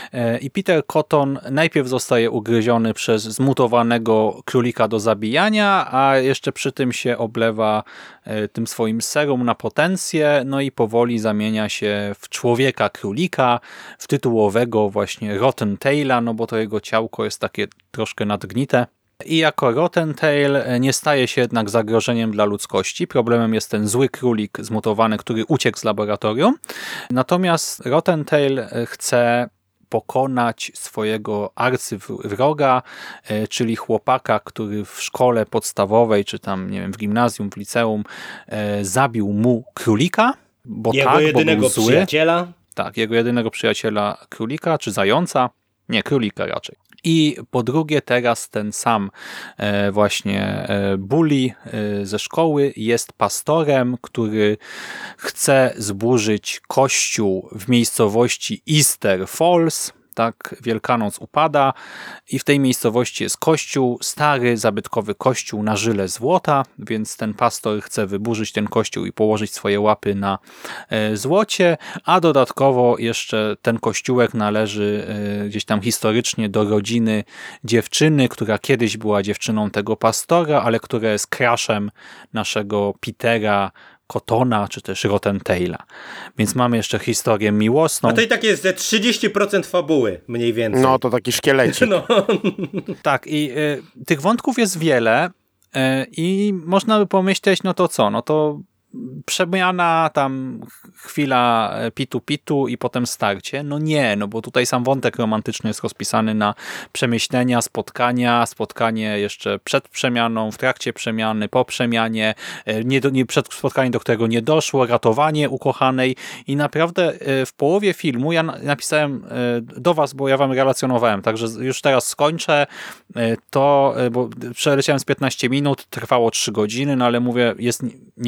I Peter Cotton najpierw zostaje ugryziony przez zmutowanego królika do zabijania, a jeszcze przy tym się oblewa tym swoim serum na potencję, no i powoli zamienia się w człowieka królika, w tytułowego właśnie Rotten Taila, no bo to jego ciałko jest takie troszkę nadgnite. I jako Rotten Tail nie staje się jednak zagrożeniem dla ludzkości. Problemem jest ten zły królik zmutowany, który uciekł z laboratorium. Natomiast Rotten Tail chce pokonać swojego arcywroga, czyli chłopaka, który w szkole podstawowej, czy tam, nie wiem, w gimnazjum, w liceum zabił mu królika, bo jego tak, jedynego bo był zły. przyjaciela. Tak, jego jedynego przyjaciela królika, czy zająca. Nie, królika raczej. I po drugie teraz ten sam e, właśnie e, bully e, ze szkoły jest pastorem, który chce zburzyć kościół w miejscowości Easter Falls. Tak, Wielkanoc upada i w tej miejscowości jest kościół, stary, zabytkowy kościół na żyle złota, więc ten pastor chce wyburzyć ten kościół i położyć swoje łapy na e, złocie, a dodatkowo jeszcze ten kościółek należy e, gdzieś tam historycznie do rodziny dziewczyny, która kiedyś była dziewczyną tego pastora, ale która jest crushem naszego Petera Cottona, czy też Rotten Taila. Więc mamy jeszcze historię miłosną. A to i tak jest ze trzydzieści procent fabuły, mniej więcej. No, to taki szkielecik. No. Tak, i y, tych wątków jest wiele y, i można by pomyśleć, no to co, no to przemiana, tam chwila pitu-pitu i potem starcie. No nie, no bo tutaj sam wątek romantyczny jest rozpisany na przemyślenia, spotkania, spotkanie jeszcze przed przemianą, w trakcie przemiany, po przemianie, nie, do, nie przed spotkaniem, do którego nie doszło, ratowanie ukochanej i naprawdę w połowie filmu ja napisałem do was, bo ja wam relacjonowałem, także już teraz skończę to, bo przeleciałem z piętnaście minut, trwało trzy godziny, no ale mówię, jest niedziela, mieliśmy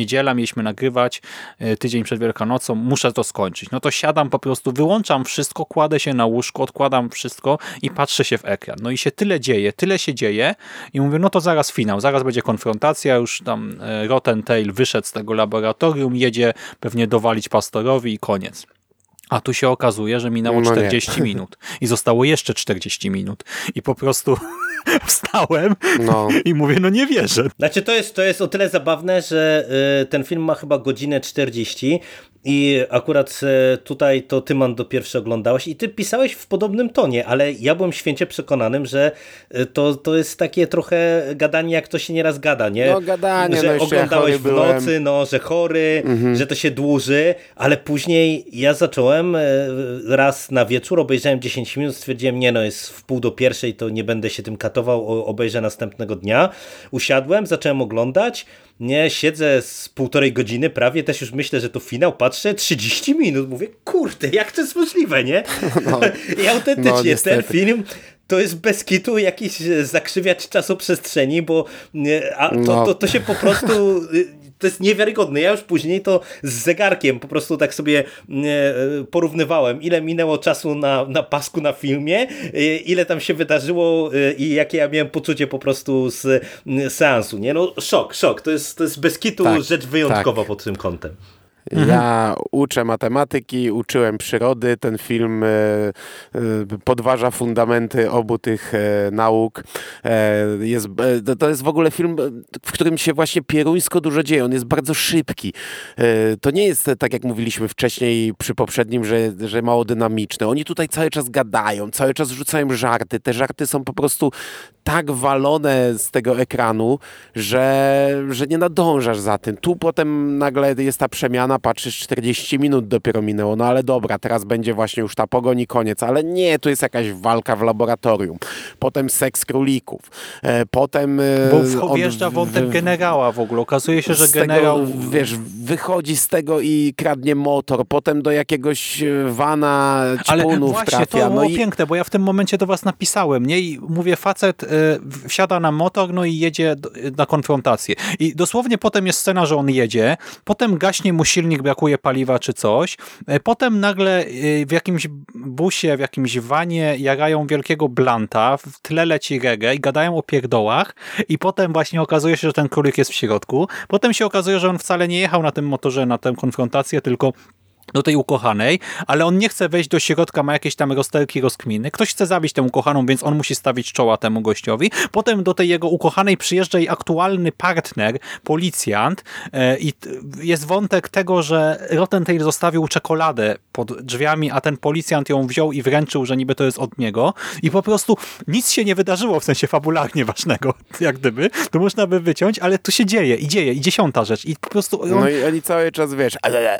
mieliśmy nagrywać tydzień przed Wielkanocą, muszę to skończyć. No to siadam po prostu, wyłączam wszystko, kładę się na łóżko, odkładam wszystko i patrzę się w ekran. No i się tyle dzieje, tyle się dzieje i mówię, no to zaraz finał, zaraz będzie konfrontacja, już tam Rotten Tail wyszedł z tego laboratorium, jedzie pewnie dowalić pastorowi i koniec. A tu się okazuje, że minęło no czterdzieści minut i zostało jeszcze czterdzieści minut. I po prostu wstałem no. i mówię, no nie wierzę. Znaczy to jest, to jest o tyle zabawne, że y, ten film ma chyba godzinę czterdzieści i akurat y, tutaj to ty, Mando, pierwszy oglądałeś i ty pisałeś w podobnym tonie, ale ja byłem święcie przekonanym, że y, to, to jest takie trochę gadanie, jak to się nieraz gada, nie? No gadanie, że no oglądałeś ja w nocy, no, że chory, mhm. że to się dłuży, ale później ja zacząłem y, raz na wieczór, obejrzałem dziesięć minut, stwierdziłem, nie no, jest w pół do pierwszej, to nie będę się tym katował, obejrzę następnego dnia. Usiadłem, zacząłem oglądać, nie, siedzę z półtorej godziny prawie, też już myślę, że to finał, patrzę, trzydzieści minut, mówię, kurde, jak to jest możliwe, nie? No, I autentycznie no, ten film to jest bez kitu jakiś zakrzywiacz czasoprzestrzeni, bo a to, no. to, to się po prostu... To jest niewiarygodne. Ja już później to z zegarkiem po prostu tak sobie porównywałem, ile minęło czasu na, na pasku na filmie, ile tam się wydarzyło i jakie ja miałem poczucie po prostu z seansu. Nie? No szok, szok. To jest, to jest bez kitu tak, rzecz wyjątkowa tak. pod tym kątem. Ja uczę matematyki, uczyłem przyrody. Ten film e, e, podważa fundamenty obu tych e, nauk. E, jest, e, to jest w ogóle film, w którym się właśnie pieruńsko dużo dzieje. On jest bardzo szybki. E, to nie jest tak, jak mówiliśmy wcześniej przy poprzednim, że, że mało dynamiczne. Oni tutaj cały czas gadają, cały czas rzucają żarty. Te żarty są po prostu tak walone z tego ekranu, że, że nie nadążasz za tym. Tu potem nagle jest ta przemiana, patrzysz, czterdzieści minut dopiero minęło, no ale dobra, teraz będzie właśnie już ta pogoń i koniec, ale nie, tu jest jakaś walka w laboratorium. Potem seks królików. E, potem... E, Bo wjeżdża wątek w, generała w ogóle. Okazuje się, że generał... Tego, wiesz, wychodzi z tego i kradnie motor. Potem do jakiegoś vana ćpunów ale właśnie, trafia. to było no i... piękne, bo ja w tym momencie do was napisałem, nie? I mówię, facet y, wsiada na motor, no i jedzie do, na konfrontację. I dosłownie potem jest scena, że on jedzie, potem gaśnie mu silnik, brakuje paliwa czy coś. Potem nagle w jakimś busie, w jakimś wanie jarają wielkiego blanta, w tle leci reggae i gadają o pierdołach i potem właśnie okazuje się, że ten królik jest w środku. Potem się okazuje, że on wcale nie jechał na tym motorze na tę konfrontację, tylko do tej ukochanej, ale on nie chce wejść do środka, ma jakieś tam rozterki, rozkminy. Ktoś chce zabić tę ukochaną, więc on musi stawić czoła temu gościowi. Potem do tej jego ukochanej przyjeżdża jej aktualny partner, policjant yy, i jest wątek tego, że Rotten Tail zostawił czekoladę pod drzwiami, a ten policjant ją wziął i wręczył, że niby to jest od niego i po prostu nic się nie wydarzyło w sensie fabularnie ważnego, jak gdyby. To można by wyciąć, ale tu się dzieje i dzieje i dziesiąta rzecz i po prostu... On... No i oni cały czas, wiesz...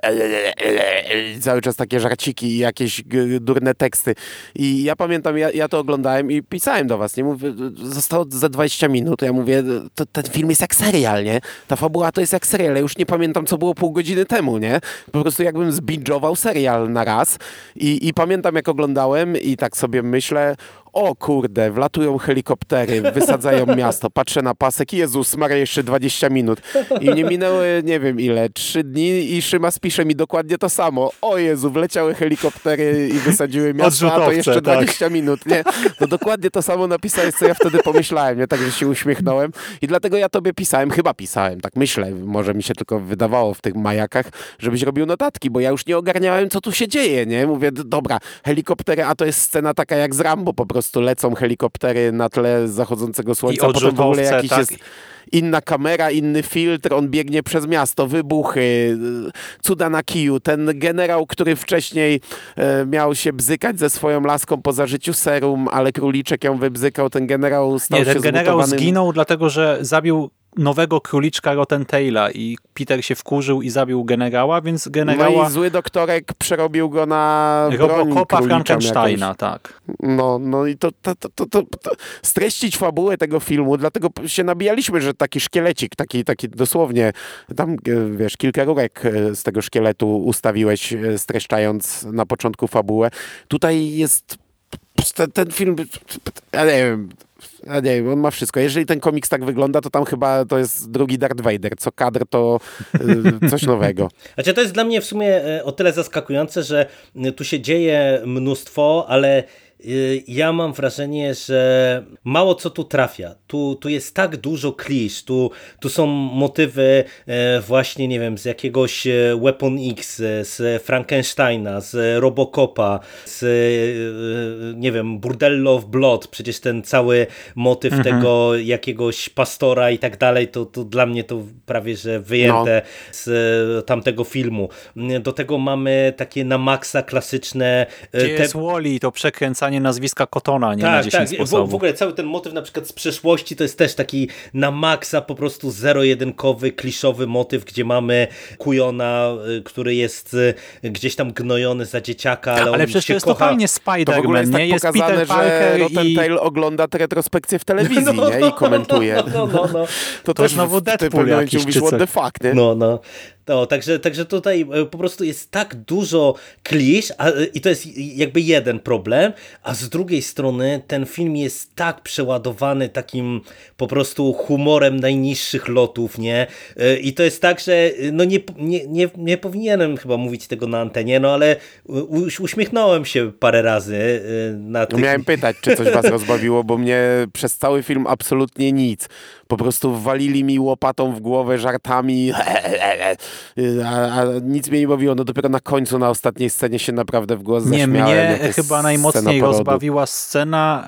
cały czas takie żarciki i jakieś durne teksty. I ja pamiętam, ja, ja to oglądałem i pisałem do was, nie? Mówię, zostało za dwadzieścia minut, ja mówię, to, ten film jest jak serial, nie? Ta fabuła to jest jak serial, ja już nie pamiętam, co było pół godziny temu, nie? Po prostu jakbym zbinge'ował serial na raz i, i pamiętam, jak oglądałem i tak sobie myślę, o kurde, wlatują helikoptery, wysadzają miasto, patrzę na pasek, Jezus Maria, jeszcze dwadzieścia minut. I nie minęły, nie wiem ile, trzy dni i Szymas pisze mi dokładnie to samo. O Jezu, wleciały helikoptery i wysadziły miasto, a to jeszcze dwadzieścia tak. minut, nie? No dokładnie to samo napisałeś, co ja wtedy pomyślałem, nie? Także się uśmiechnąłem i dlatego ja tobie pisałem, chyba pisałem, tak myślę, może mi się tylko wydawało w tych majakach, żebyś robił notatki, bo ja już nie ogarniałem, co tu się dzieje, nie? Mówię, dobra, helikoptery, a to jest scena taka jak z Rambo, po prostu lecą helikoptery na tle zachodzącego słońca, I potem w ogóle jakiś tak. jest inna kamera, inny filtr, on biegnie przez miasto, wybuchy, cuda na kiju. Ten generał, który wcześniej e, miał się bzykać ze swoją laską po zażyciu serum, ale króliczek ją wybzykał, ten generał stał Nie, się ten generał zmutowanym... zginął, dlatego że zabił nowego króliczka Rotten Taila i Peter się wkurzył i zabił generała, więc generała... No i zły doktorek przerobił go na Robocopa Frankensteina, jakąś. Tak. No, no i to, to, to, to, to, to streścić fabułę tego filmu, dlatego się nabijaliśmy, że taki szkielecik, taki, taki dosłownie, tam wiesz, kilka rurek z tego szkieletu ustawiłeś, streszczając na początku fabułę. Tutaj jest ten, ten film, ja nie wiem, A nie, on ma wszystko. Jeżeli ten komiks tak wygląda, to tam chyba to jest drugi Darth Vader. Co kadr to y, coś nowego. Znaczy, to jest dla mnie w sumie o tyle zaskakujące, że tu się dzieje mnóstwo, ale ja mam wrażenie, że mało co tu trafia. Tu, tu jest tak dużo klisz, tu, tu są motywy właśnie, nie wiem, z jakiegoś Weapon X, z Frankensteina, z Robocopa, z, nie wiem, Burdello of Blood, przecież ten cały motyw mhm. tego jakiegoś pastora i tak dalej, to, to dla mnie to prawie, że wyjęte no. z tamtego filmu. Do tego mamy takie na maksa klasyczne... Gdzie te... jest Wall-E, to przekręcanie nazwiska Cottona, nie, tak, na dziesięć tak. sposobów. W, w ogóle cały ten motyw na przykład z przeszłości to jest też taki na maksa po prostu zero-jedynkowy, kliszowy motyw, gdzie mamy Kujona, który jest gdzieś tam gnojony za dzieciaka, ale, ale on przecież się to jest kocha. totalnie Spider-Man, jest, tak nie? Jest pokazane, Peter Parker że Rotten i... Tail ogląda te retrospekcje w telewizji, no, nie? No, I komentuje. No, no, no, no. To, to też znowu w Deadpool pewnym momencie jakiś, mówisz, czy what the fuck, nie? No, no. To, także, także tutaj po prostu jest tak dużo klisz a, i to jest jakby jeden problem, a z drugiej strony ten film jest tak przeładowany takim po prostu humorem najniższych lotów, nie? I to jest tak, że no nie, nie, nie, nie powinienem chyba mówić tego na antenie, no ale uśmiechnąłem się parę razy na tych... No miałem pytać, czy coś was rozbawiło, bo mnie przez cały film absolutnie nic. Po prostu wwalili mi łopatą w głowę żartami, a, a nic mnie nie bawiło. No dopiero na końcu, na ostatniej scenie się naprawdę w głos zaśmiałem. Nie, mnie chyba najmocniej porodu. rozbawiła scena,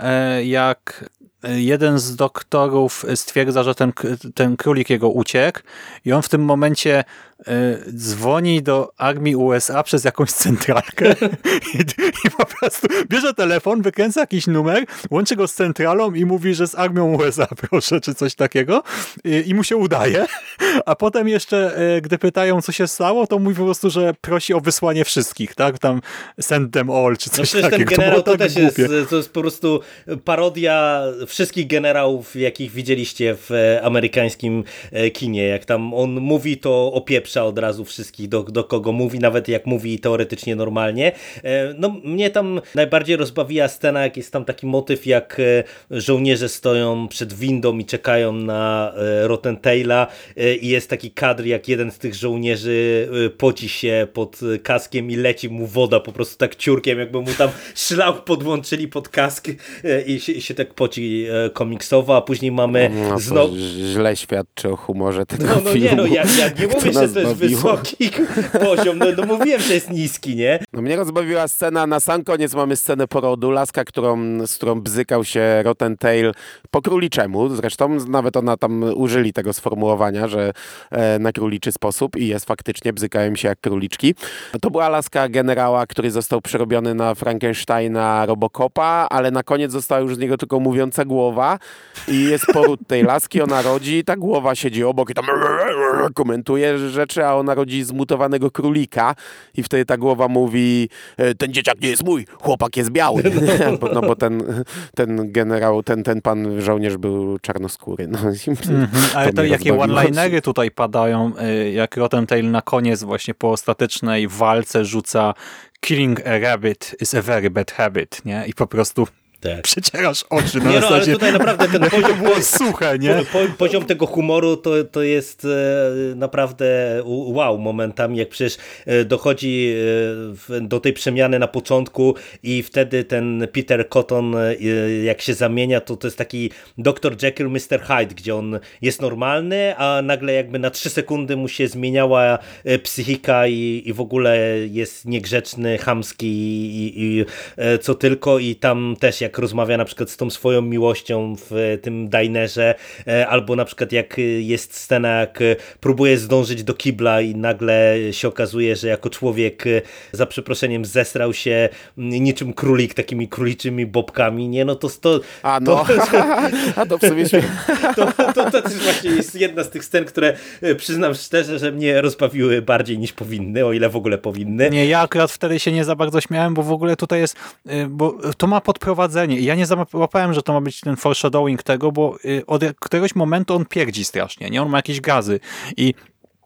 jak jeden z doktorów stwierdza, że ten, ten królik jego uciekł i on w tym momencie y, dzwoni do armii U S A przez jakąś centralkę i, i po prostu bierze telefon, wykręca jakiś numer, łączy go z centralą i mówi, że z armią U S A proszę, czy coś takiego i, i mu się udaje, a potem jeszcze y, gdy pytają, co się stało, to mówi po prostu, że prosi o wysłanie wszystkich, tak? Tam send them all, czy coś no takiego. Ten generał to, to to tak też jest, to jest po prostu parodia wszystkich generałów, jakich widzieliście w amerykańskim kinie. Jak tam on mówi, to opieprza od razu wszystkich, do, do kogo mówi, nawet jak mówi teoretycznie normalnie. No mnie tam najbardziej rozbawiła scena, jak jest tam taki motyw, jak żołnierze stoją przed windą i czekają na Rotten Taila i jest taki kadr, jak jeden z tych żołnierzy poci się pod kaskiem i leci mu woda po prostu tak ciurkiem, jakby mu tam szlak podłączyli pod kask i się, i się tak poci komiksowo, a później mamy no, znowu... źle świadczy o humorze tego no, no filmu. nie, no ja, ja nie mówię, że to jest bawiło. wysoki poziom, no, no mówiłem, że jest niski, nie? No mnie rozbawiła scena, na sam koniec mamy scenę porodu, laska, którą, z którą bzykał się Rotten Tail po króliczemu, zresztą nawet ona tam użyli tego sformułowania, że e, na króliczy sposób i jest faktycznie, bzykałem się jak króliczki. To była laska generała, który został przerobiony na Frankensteina Robocopa, ale na koniec została już z niego tylko mówiąca głowa i jest poród tej laski, ona rodzi, ta głowa siedzi obok i tam komentuje rzeczy, a ona rodzi zmutowanego królika i wtedy ta głowa mówi, ten dzieciak nie jest mój, chłopak jest biały. No bo ten, ten generał, ten, ten pan żołnierz był czarnoskóry. No, mm-hmm. Ale to, to jakie one-linery tutaj padają, jak Rotten Tail na koniec właśnie po ostatecznej walce rzuca killing a rabbit is a very bad habit, nie? I po prostu tak. Przecierasz oczy. Na nie no, ale tutaj naprawdę ten poziom było suche, nie? Po, po, poziom tego humoru to, to jest e, naprawdę wow momentami, jak przecież e, dochodzi e, w, do tej przemiany na początku i wtedy ten Peter Cotton e, jak się zamienia, to to jest taki doktor Jekyll, mister Hyde, gdzie on jest normalny, a nagle jakby na trzy sekundy mu się zmieniała e, psychika i, i w ogóle jest niegrzeczny, chamski i, i e, co tylko i tam też jak rozmawia na przykład z tą swoją miłością w tym dinerze, albo na przykład jak jest scena, jak próbuje zdążyć do kibla i nagle się okazuje, że jako człowiek za przeproszeniem zesrał się niczym królik, takimi króliczymi bobkami, nie? No to... to A no, to, a to w sumie to, to, to, to też właśnie jest jedna z tych scen, które przyznam szczerze, że mnie rozbawiły bardziej niż powinny, o ile w ogóle powinny. Nie, ja akurat wtedy się nie za bardzo śmiałem, bo w ogóle tutaj jest, bo to ma podprowadzenie. I ja nie załapałem, że to ma być ten foreshadowing tego, bo od któregoś momentu on pierdzi strasznie, nie? On ma jakieś gazy i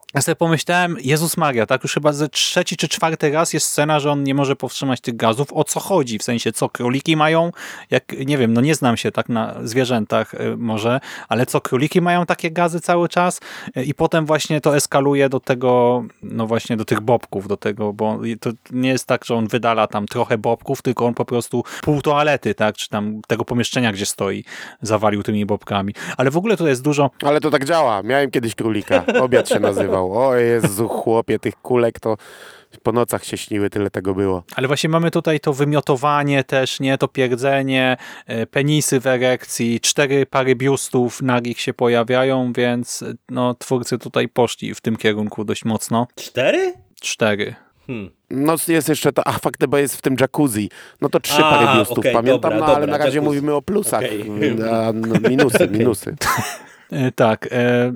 Ja sobie pomyślałem, Jezus Maria, tak już chyba ze trzeci czy czwarty raz jest scena, że on nie może powstrzymać tych gazów. O co chodzi? W sensie, co króliki mają? Jak, nie wiem, no nie znam się tak na zwierzętach y, może, ale co króliki mają takie gazy cały czas? Y, I potem właśnie to eskaluje do tego, no właśnie do tych bobków, do tego, bo to nie jest tak, że on wydala tam trochę bobków, tylko on po prostu pół toalety, tak, czy tam tego pomieszczenia, gdzie stoi, zawalił tymi bobkami. Ale w ogóle tutaj jest dużo... Ale to tak działa. Miałem kiedyś królika. Obiad się nazywał. O Jezu, chłopie, tych kulek to po nocach się śniły, tyle tego było. Ale właśnie mamy tutaj to wymiotowanie też, nie? To pierdzenie, penisy w erekcji, cztery pary biustów nagich się pojawiają, więc no twórcy tutaj poszli w tym kierunku dość mocno. Cztery? Cztery. Hmm. No jest jeszcze to, a fakt, bo jest w tym jacuzzi. No to trzy A, pary biustów, okay, pamiętam, dobra, no ale dobra, na razie jacuzzi. mówimy o plusach, Okay. a no, minusy, minusy. E, tak. E,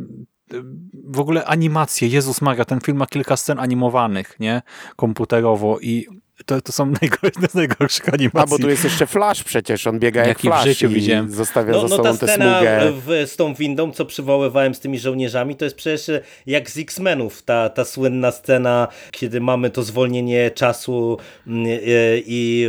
w ogóle animacje, Jezus Maria, ten film ma kilka scen animowanych, nie? Komputerowo i to, to są najgorsze z najgorszych animacji. A bo tu jest jeszcze Flash przecież, on biega jak Jaki w Flash życiu i widziałem. zostawia No, za no sobą ta tę scena smugę. w, z tą windą, co przywoływałem z tymi żołnierzami, to jest przecież jak z X-Menów, ta, ta słynna scena, kiedy mamy to zwolnienie czasu mm, i, i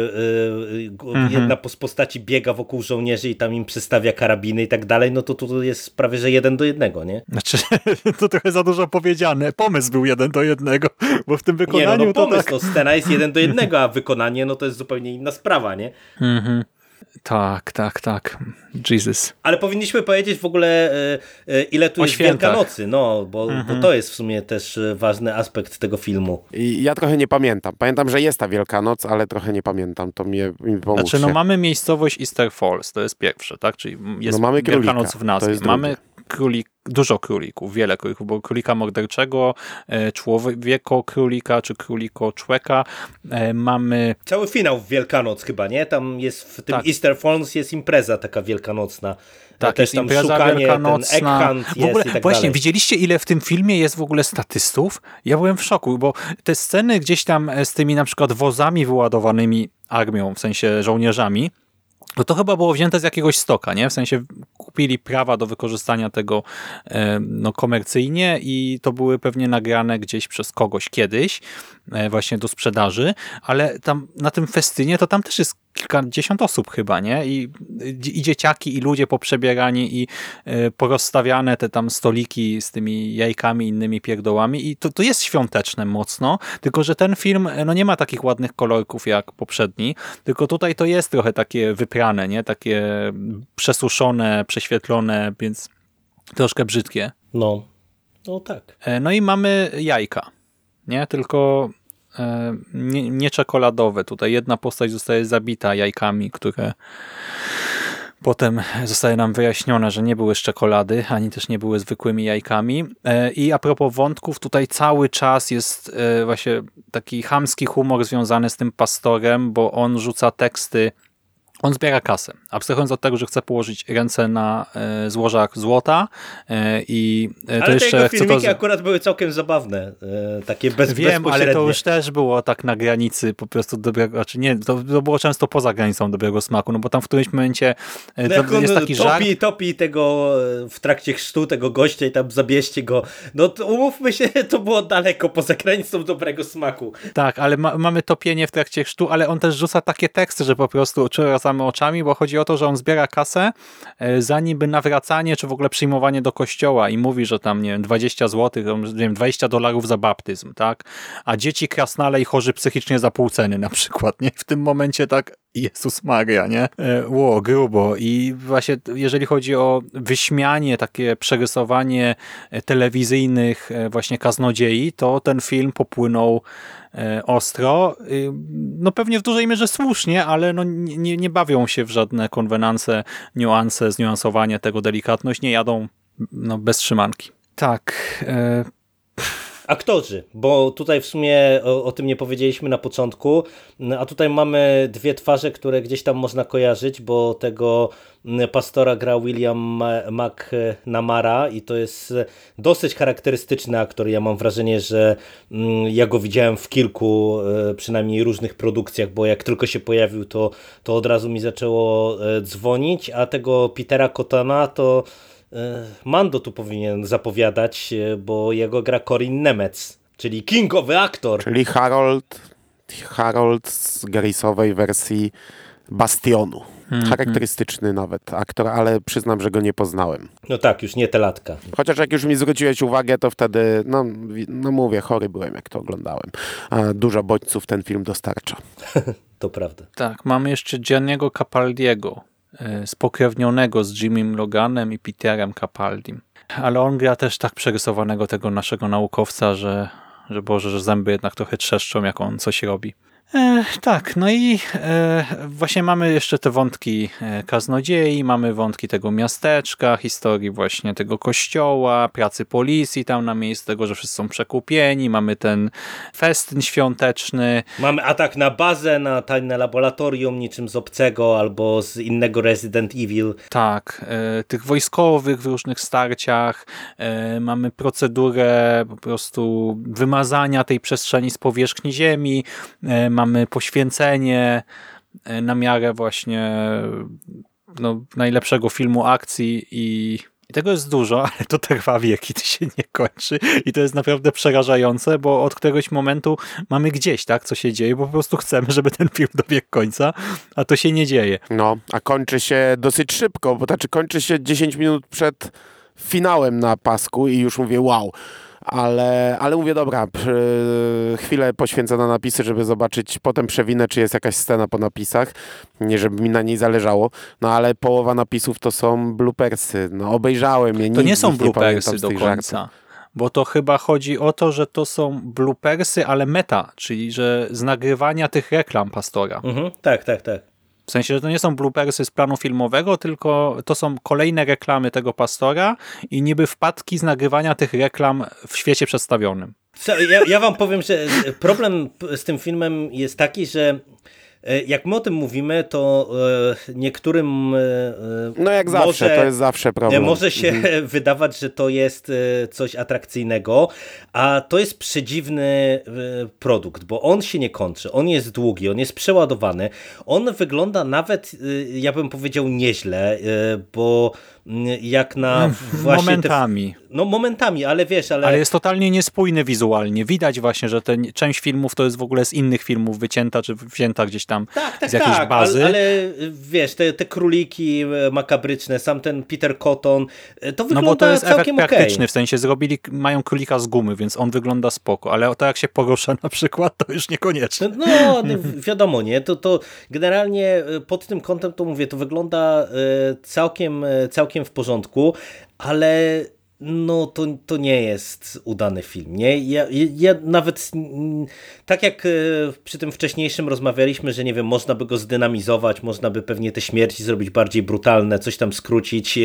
y, Mhm. jedna z postaci biega wokół żołnierzy i tam im przystawia karabiny i tak dalej, no to tu jest prawie, że jeden do jednego, nie? Znaczy, to trochę za dużo powiedziane. Pomysł był jeden do jednego, bo w tym Nie, wykonaniu no, no to pomysł, tak... no, scena jest jeden do jednego, a wykonanie no to jest zupełnie inna sprawa, nie? Mhm. Tak, tak, tak. Jesus. Ale powinniśmy powiedzieć w ogóle, y, y, ile tu O jest świętach. Wielkanocy, no, bo, Mhm. bo to jest w sumie też y, ważny aspekt tego filmu. I ja trochę nie pamiętam. Pamiętam, że jest ta Wielkanoc, ale trochę nie pamiętam. To mnie mi pomóżcie. Znaczy, no mamy miejscowość Easter Falls, to jest pierwsze, tak? Czyli jest No mamy Wielkanoc królika, w nazwie. to jest Mamy drugie. królik, dużo królików, wiele królików, bo królika morderczego, e, człowieko królika, czy króliko człeka. E, mamy... Cały finał w Wielkanoc chyba, nie? Tam jest w tym Tak. Easter Falls jest impreza taka wielkanocna. Tak, też jest tam impreza szukanie, wielkanocna. ten egg hunt W ogóle, jest i tak właśnie, dalej. widzieliście, ile w tym filmie jest w ogóle statystów? Ja byłem w szoku, bo te sceny gdzieś tam z tymi na przykład wozami wyładowanymi armią, w sensie żołnierzami, no to chyba było wzięte z jakiegoś stoka, nie? W sensie kupili prawa do wykorzystania tego e, no, komercyjnie i to były pewnie nagrane gdzieś przez kogoś kiedyś e, właśnie do sprzedaży, ale tam na tym festynie to tam też jest kilkadziesiąt osób chyba, nie? I, i dzieciaki, i ludzie poprzebierani, i e, porozstawiane te tam stoliki z tymi jajkami, innymi pierdołami i to, to jest świąteczne mocno, tylko że ten film no nie ma takich ładnych kolorków jak poprzedni, tylko tutaj to jest trochę takie wyprane, nie? Takie przesuszone, prześwietlone, więc troszkę brzydkie. No, no tak. E, No i mamy jajka, nie? Tylko e, nie, nie czekoladowe. Tutaj jedna postać zostaje zabita jajkami, które potem zostaje nam wyjaśnione, że nie były z czekolady, ani też nie były zwykłymi jajkami. E, I a propos wątków, tutaj cały czas jest e, właśnie taki chamski humor związany z tym pastorem, bo on rzuca teksty. On zbiera kasę, abstrahując od tego, że chce położyć ręce na e, złożach złota e, i e, to Ale te jeszcze jego chce filmiki to... akurat były całkiem zabawne, e, takie bez, Wiem, ale bezpośrednie. to już też było tak na granicy po prostu dobrego, znaczy nie, to, to było często poza granicą dobrego smaku, no bo tam w którymś momencie e, No to jak on jest taki żart. topi, topi tego e, w trakcie chrztu, tego gościa i tam zabierzcie go. No to umówmy się, to było daleko poza granicą dobrego smaku. Tak, ale ma, mamy topienie w trakcie chrztu, ale on też rzuca takie teksty, że po prostu przewracamy oczami, bo chodzi o to, że on zbiera kasę e, za niby nawracanie, czy w ogóle przyjmowanie do kościoła i mówi, że tam, nie wiem, dwadzieścia złotych, nie wiem, dwadzieścia dolarów za baptyzm, tak? A dzieci krasnale i chorzy psychicznie za pół ceny na przykład, nie? W tym momencie tak, Jezus Maria, nie? E, ło, grubo. I właśnie jeżeli chodzi o wyśmianie, takie przerysowanie e, telewizyjnych e, właśnie kaznodziei, to ten film popłynął e, ostro. E, no pewnie w dużej mierze słusznie, ale no nie, nie, nie bawią się w żadne konwenanse, niuanse, zniuansowanie tego, delikatność. Nie jadą no, bez trzymanki. Tak. E, Aktorzy, bo tutaj w sumie o, o tym nie powiedzieliśmy na początku, a tutaj mamy dwie twarze, które gdzieś tam można kojarzyć, bo tego pastora gra William McNamara i to jest dosyć charakterystyczny aktor. Ja mam wrażenie, że ja go widziałem w kilku przynajmniej różnych produkcjach, bo jak tylko się pojawił, to, to od razu mi zaczęło dzwonić, a tego Petera Cottona to Mando tu powinien zapowiadać, bo jego gra Corin Nemec, czyli kingowy aktor. Czyli Harold, Harold z Grace'owej wersji Bastionu. Mm-hmm. Charakterystyczny nawet aktor, ale przyznam, że go nie poznałem. No tak, już nie te latka. Chociaż jak już mi zwróciłeś uwagę, to wtedy, no, no mówię, chory byłem, jak to oglądałem. A dużo bodźców ten film dostarcza. To prawda. Tak, mamy jeszcze Gianniego Capaldiego, spokrewnionego z Jimmym Loganem i Peterem Capaldim. Ale on gra też tak przerysowanego tego naszego naukowca, że, że Boże, że zęby jednak trochę trzeszczą, jak on coś robi. E, tak, no i e, właśnie mamy jeszcze te wątki e, kaznodziei, mamy wątki tego miasteczka, historii właśnie tego kościoła, pracy policji tam na miejscu, tego, że wszyscy są przekupieni, mamy ten festyn świąteczny. Mamy atak na bazę, na tajne laboratorium, niczym z Obcego albo z innego Resident Evil. Tak, e, tych wojskowych w różnych starciach, e, mamy procedurę po prostu wymazania tej przestrzeni z powierzchni ziemi, e, mamy poświęcenie na miarę właśnie no, najlepszego filmu akcji i, i tego jest dużo, ale to trwa wieki, to się nie kończy i to jest naprawdę przerażające, bo od któregoś momentu mamy gdzieś, tak, co się dzieje, bo po prostu chcemy, żeby ten film dobiegł końca, a to się nie dzieje. No, a kończy się dosyć szybko, bo znaczy kończy się dziesięć minut przed finałem na pasku i już mówię wow. Ale, ale mówię, dobra, chwilę poświęcę na napisy, żeby zobaczyć, potem przewinę, czy jest jakaś scena po napisach, nie żeby mi na niej zależało, no ale połowa napisów to są bloopersy, no obejrzałem je. To nie są bloopersy nie do końca, żartów. Bo to chyba chodzi o to, że to są bloopersy, ale meta, czyli że z nagrywania tych reklam Pastora. Mhm, tak, tak, tak. W sensie, że to nie są bloopersy z planu filmowego, tylko to są kolejne reklamy tego Pastora i niby wpadki z nagrywania tych reklam w świecie przedstawionym. Ja, ja wam powiem, że problem z tym filmem jest taki, że jak my o tym mówimy, to niektórym no jak może, zawsze, to jest zawsze problem. Może się mhm. wydawać, że to jest coś atrakcyjnego, a to jest przedziwny produkt, bo on się nie kończy, on jest długi, on jest przeładowany, on wygląda nawet, ja bym powiedział, nieźle, bo jak na właśnie momentami. Te, no momentami, ale wiesz, ale... Ale jest totalnie niespójny wizualnie. Widać właśnie, że ten, część filmów to jest w ogóle z innych filmów wycięta, czy wzięta gdzieś tam tak, tak, z jakiejś tak, bazy. Ale, ale wiesz, te, te króliki makabryczne, sam ten Peter Cotton, to wygląda całkiem okej. No bo to jest efekt okay. praktyczny, w sensie zrobili, mają królika z gumy, więc on wygląda spoko, ale to jak się porusza na przykład, to już niekoniecznie. No, no wiadomo, nie? To, to generalnie pod tym kątem to mówię, to wygląda całkiem, całkiem w porządku, ale no to, to nie jest udany film, nie? Ja, ja nawet tak jak przy tym wcześniejszym rozmawialiśmy, że nie wiem, można by go zdynamizować, można by pewnie te śmierci zrobić bardziej brutalne, coś tam skrócić,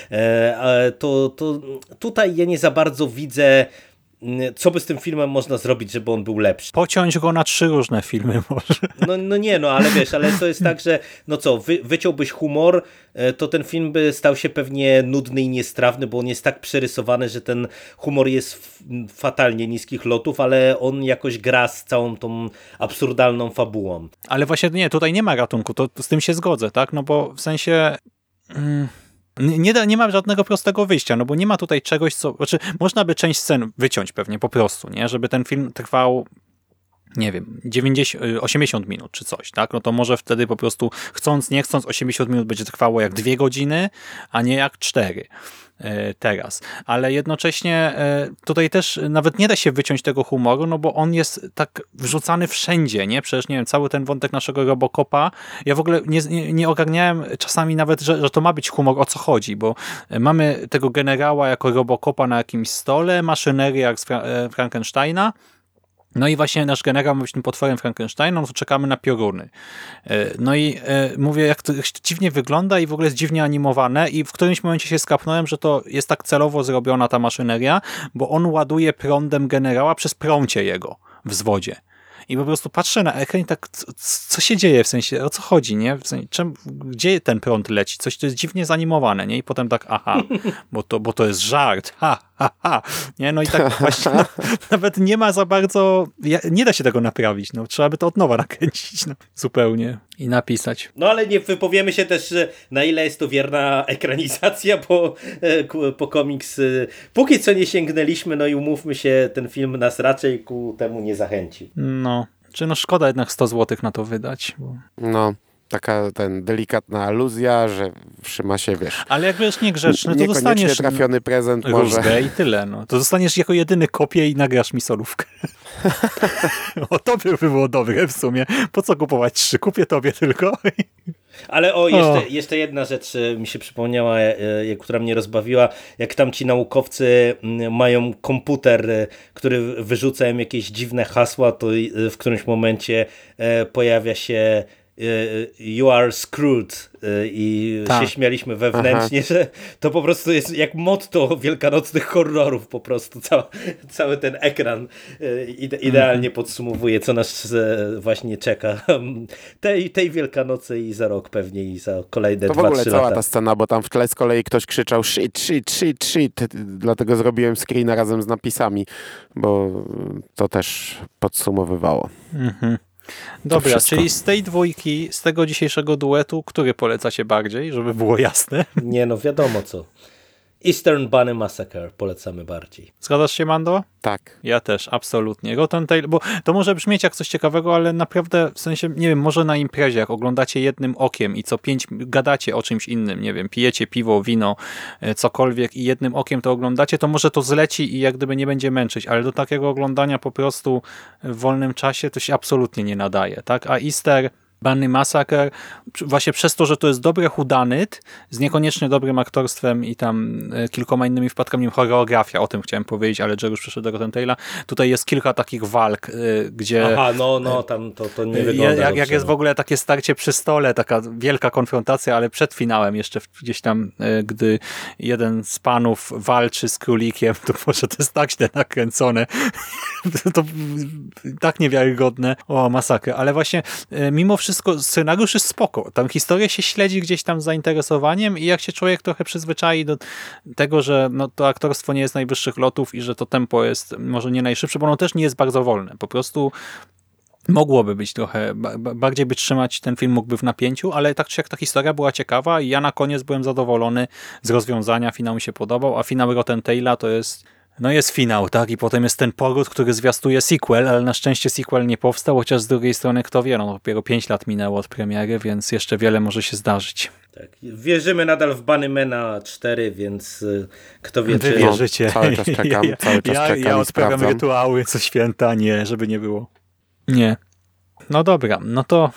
to, to tutaj ja nie za bardzo widzę, co by z tym filmem można zrobić, żeby on był lepszy. Pociąć go na trzy różne filmy może. No, no nie, no ale wiesz, ale to jest tak, że no co, wy, wyciąłbyś humor, to ten film by stał się pewnie nudny i niestrawny, bo on jest tak przerysowany, że ten humor jest fatalnie niskich lotów, ale on jakoś gra z całą tą absurdalną fabułą. Ale właśnie nie, tutaj nie ma ratunku, to, to z tym się zgodzę, tak? No bo w sensie... Mm... Nie, da, nie ma żadnego prostego wyjścia, no bo nie ma tutaj czegoś, co... Znaczy, można by część scen wyciąć pewnie po prostu, nie? Żeby ten film trwał, nie wiem, dziewięćdziesiąt, osiemdziesiąt minut czy coś, tak? No to może wtedy po prostu chcąc, nie chcąc, osiemdziesiąt minut będzie trwało jak dwie godziny, a nie jak cztery teraz. Ale jednocześnie tutaj też nawet nie da się wyciąć tego humoru, no bo on jest tak wrzucany wszędzie, nie? Przecież, nie wiem, cały ten wątek naszego Robocopa, ja w ogóle nie, nie, nie ogarniałem czasami nawet, że, że to ma być humor, o co chodzi, bo mamy tego generała jako Robocopa na jakimś stole, maszynerię jak z Fra Frankensteina, no i właśnie nasz generał ma być tym potworem Frankensteina, no to czekamy na pioruny. No i e, mówię, jak to dziwnie wygląda i w ogóle jest dziwnie animowane i w którymś momencie się skapnąłem, że to jest tak celowo zrobiona ta maszyneria, bo on ładuje prądem generała przez prącie jego w zwodzie. I po prostu patrzę na ekran i tak, co, co się dzieje, w sensie, o co chodzi, nie? W sensie, czym, gdzie ten prąd leci? Coś, to jest dziwnie zanimowane, nie? I potem tak, aha, bo to, bo to jest żart, ha, ha, ha, nie? No i tak właśnie, no, nawet nie ma za bardzo, nie da się tego naprawić, no, trzeba by to od nowa nakręcić, no, zupełnie. i napisać. No ale nie wypowiemy się też, na ile jest to wierna ekranizacja, bo po komiks póki co nie sięgnęliśmy, no i umówmy się, ten film nas raczej ku temu nie zachęcił. No, czy no szkoda jednak sto złotych na to wydać. Bo... No, taka ten delikatna aluzja, że trzyma się, wiesz... Ale jak będziesz niegrzeczny, to niekoniecznie dostaniesz trafiony prezent może. Rózgę i tyle. No. To zostaniesz jako jedyny kopię i nagrasz mi solówkę. O, to by było dobre w sumie. Po co kupować trzy? Kupię tobie tylko. Ale o, jeszcze, o. jeszcze jedna rzecz mi się przypomniała, która mnie rozbawiła. Jak tam ci naukowcy mają komputer, który wyrzuca im jakieś dziwne hasła, to w którymś momencie pojawia się You are screwed i tak. się śmialiśmy wewnętrznie, Aha. że to po prostu jest jak motto wielkanocnych horrorów, po prostu Cał, cały ten ekran ide, idealnie mm. podsumowuje, co nas właśnie czeka tej, tej Wielkanocy i za rok pewnie i za kolejne dwa trzy lata. To w ogóle cała ta scena, bo tam w tle z kolei ktoś krzyczał shit, shit, shit, shit, dlatego zrobiłem screena razem z napisami, bo to też podsumowywało. Mhm. Dobra, czyli z tej dwójki, z tego dzisiejszego duetu, który polecacie bardziej, żeby było jasne? Nie no, wiadomo co. Eastern Bunny Massacre polecamy bardziej. Zgadzasz się, Mando? Tak. Ja też, absolutnie. Rotten Tail, bo to może brzmieć jak coś ciekawego, ale naprawdę, w sensie, nie wiem, może na imprezie, jak oglądacie jednym okiem i co pięć gadacie o czymś innym, nie wiem, pijecie piwo, wino, cokolwiek i jednym okiem to oglądacie, to może to zleci i jak gdyby nie będzie męczyć, ale do takiego oglądania po prostu w wolnym czasie to się absolutnie nie nadaje, tak? A Easter Bunny Massacre, właśnie przez to, że to jest dobry whodunit z niekoniecznie dobrym aktorstwem i tam kilkoma innymi wpadkami, nie wiem, choreografia, o tym chciałem powiedzieć, ale Jerry już przyszedł do Rotten Taila. Tutaj jest kilka takich walk, gdzie... Aha, no, no, tam to, to nie wygląda Jak, jak jest w ogóle takie starcie przy stole, taka wielka konfrontacja, ale przed finałem jeszcze gdzieś tam, gdy jeden z panów walczy z królikiem, to może to jest tak źle nakręcone, to tak niewiarygodne. O, masakra. Ale właśnie mimo wszystko wszystko, scenariusz jest spoko. Tam historia się śledzi gdzieś tam z zainteresowaniem i jak się człowiek trochę przyzwyczai do tego, że no, to aktorstwo nie jest najwyższych lotów i że to tempo jest może nie najszybsze, bo ono też nie jest bardzo wolne. Po prostu mogłoby być trochę, bardziej by trzymać ten film mógłby w napięciu, ale tak czy jak ta historia była ciekawa i ja na koniec byłem zadowolony z rozwiązania, finał mi się podobał, a finał Rotten Taila to jest No jest finał, tak? I potem jest ten poród, który zwiastuje sequel, ale na szczęście sequel nie powstał, chociaż z drugiej strony kto wie, no dopiero pięć lat minęło od premiery, więc jeszcze wiele może się zdarzyć. Tak. Wierzymy nadal w Bunnymana cztery, więc kto wie, Wy czy... wierzycie. No, cały czas czekam, ja, cały czas ja, czekam ja i odprawiam sprawdzam. rytuały co święta, nie, żeby nie było. Nie. No dobra, no to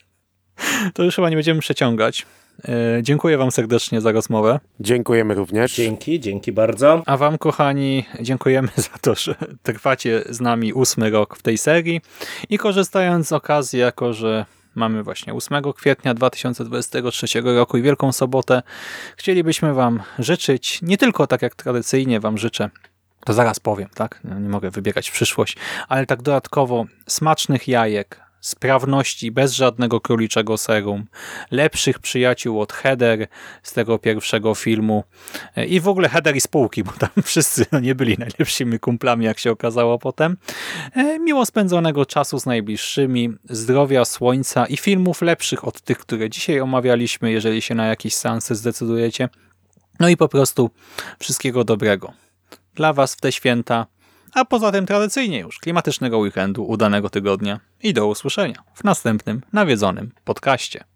to już chyba nie będziemy przeciągać. Dziękuję wam serdecznie za rozmowę. Dziękujemy również. Dzięki, dzięki bardzo. A wam, kochani, dziękujemy za to, że trwacie z nami ósmy rok w tej serii i korzystając z okazji, jako że mamy właśnie ósmego kwietnia dwa tysiące dwudziestego trzeciego roku i Wielką Sobotę, chcielibyśmy wam życzyć, nie tylko tak jak tradycyjnie wam życzę, to zaraz powiem, tak? Nie mogę wybiegać w przyszłość, ale tak dodatkowo smacznych jajek, sprawności bez żadnego króliczego serum, lepszych przyjaciół od Heather z tego pierwszego filmu i w ogóle Heather i spółki, bo tam wszyscy no, nie byli najlepszymi kumplami, jak się okazało potem. Miło spędzonego czasu z najbliższymi, zdrowia, słońca i filmów lepszych od tych, które dzisiaj omawialiśmy, jeżeli się na jakieś seansy zdecydujecie. No i po prostu wszystkiego dobrego dla was w te święta. A poza tym tradycyjnie już klimatycznego weekendu, udanego tygodnia i do usłyszenia w następnym nawiedzonym podcaście.